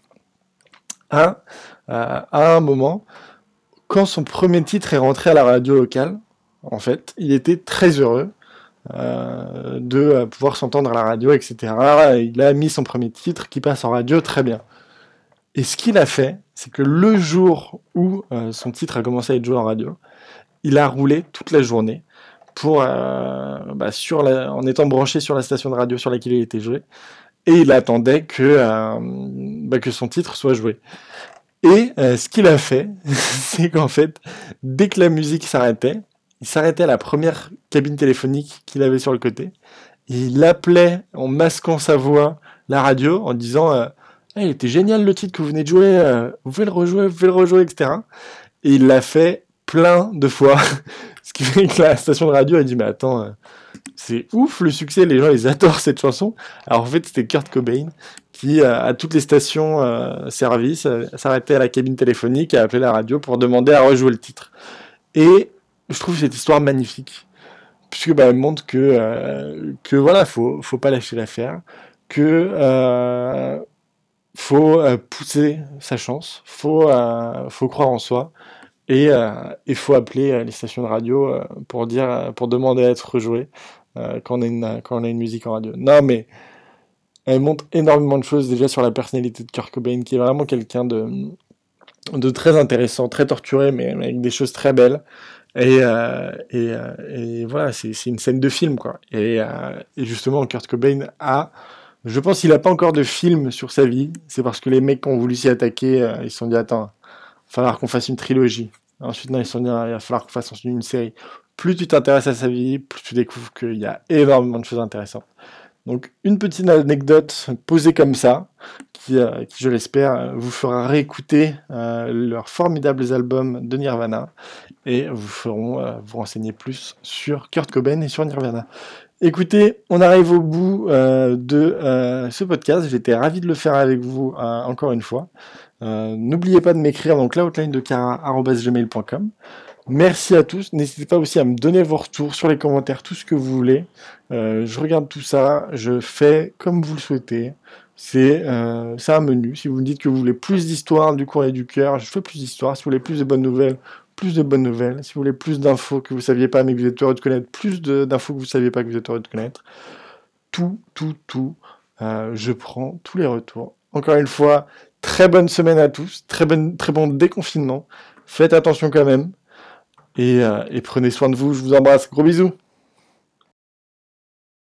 a, euh, à un moment, quand son premier titre est rentré à la radio locale, en fait, il était très heureux euh, de euh, pouvoir s'entendre à la radio, et cetera. Il a mis son premier titre qui passe en radio très bien. Et ce qu'il a fait, c'est que le jour où euh, son titre a commencé à être joué en radio, il a roulé toute la journée pour, euh, bah, sur la, en étant branché sur la station de radio sur laquelle il était joué, et il attendait que, euh, bah, que son titre soit joué. Et euh, ce qu'il a fait, c'est qu'en fait, dès que la musique s'arrêtait, il s'arrêtait à la première cabine téléphonique qu'il avait sur le côté, et il appelait en masquant sa voix la radio en disant euh, hey, il était génial le titre que vous venez de jouer, euh, vous pouvez le rejouer, vous pouvez le rejouer, et cetera. Et il l'a fait plein de fois. Ce qui fait que la station de radio a dit mais attends, euh, c'est ouf le succès, les gens ils adorent cette chanson. Alors en fait c'était Kurt Cobain qui euh, à toutes les stations euh, service euh, s'arrêtait à la cabine téléphonique et a appelé la radio pour demander à rejouer le titre. Et je trouve cette histoire magnifique puisque bah, elle montre que euh, que voilà faut faut pas lâcher l'affaire, que euh, faut euh, pousser sa chance, faut euh, faut croire en soi et il euh, faut appeler euh, les stations de radio euh, pour dire, euh, pour demander à être rejoué euh, quand, on a une, quand on a une musique en radio. Non, mais elle montre énormément de choses déjà sur la personnalité de Kurt Cobain, qui est vraiment quelqu'un de, de très intéressant, très torturé, mais, mais avec des choses très belles. Et, euh, et, euh, et voilà, c'est, c'est une scène de film, quoi. Et, euh, et justement, Kurt Cobain a Je pense qu'il n'a pas encore de film sur sa vie. C'est parce que les mecs qui ont voulu s'y attaquer, euh, ils se sont dit, attends, il va falloir qu'on fasse une trilogie. Ensuite, non, ils se sont dit, ah, il va falloir qu'on fasse ensuite une série. Plus tu t'intéresses à sa vie, plus tu découvres qu'il y a énormément de choses intéressantes. Donc, une petite anecdote posée comme ça, qui, euh, qui je l'espère, vous fera réécouter euh, leurs formidables albums de Nirvana et vous feront euh, vous renseigner plus sur Kurt Cobain et sur Nirvana. Écoutez, on arrive au bout euh, de euh, ce podcast. J'étais ravi de le faire avec vous euh, encore une fois. Euh, n'oubliez pas de m'écrire donc l'outline de cara arobase gmail point com. Merci à tous. N'hésitez pas aussi à me donner vos retours sur les commentaires, tout ce que vous voulez. Euh, je regarde tout ça. Je fais comme vous le souhaitez. C'est euh, c'est un menu. Si vous me dites que vous voulez plus d'histoire du courrier du cœur, je fais plus d'histoire. Si vous voulez plus de bonnes nouvelles, plus de bonnes nouvelles. Si vous voulez plus d'infos que vous ne saviez pas mais que vous êtes heureux de connaître, plus de, d'infos que vous ne saviez pas que vous êtes heureux de connaître. Tout, tout, tout. Euh, je prends tous les retours. Encore une fois, très bonne semaine à tous. Très, bonne, très bon déconfinement. Faites attention quand même. Et, euh, et prenez soin de vous. Je vous embrasse. Gros bisous.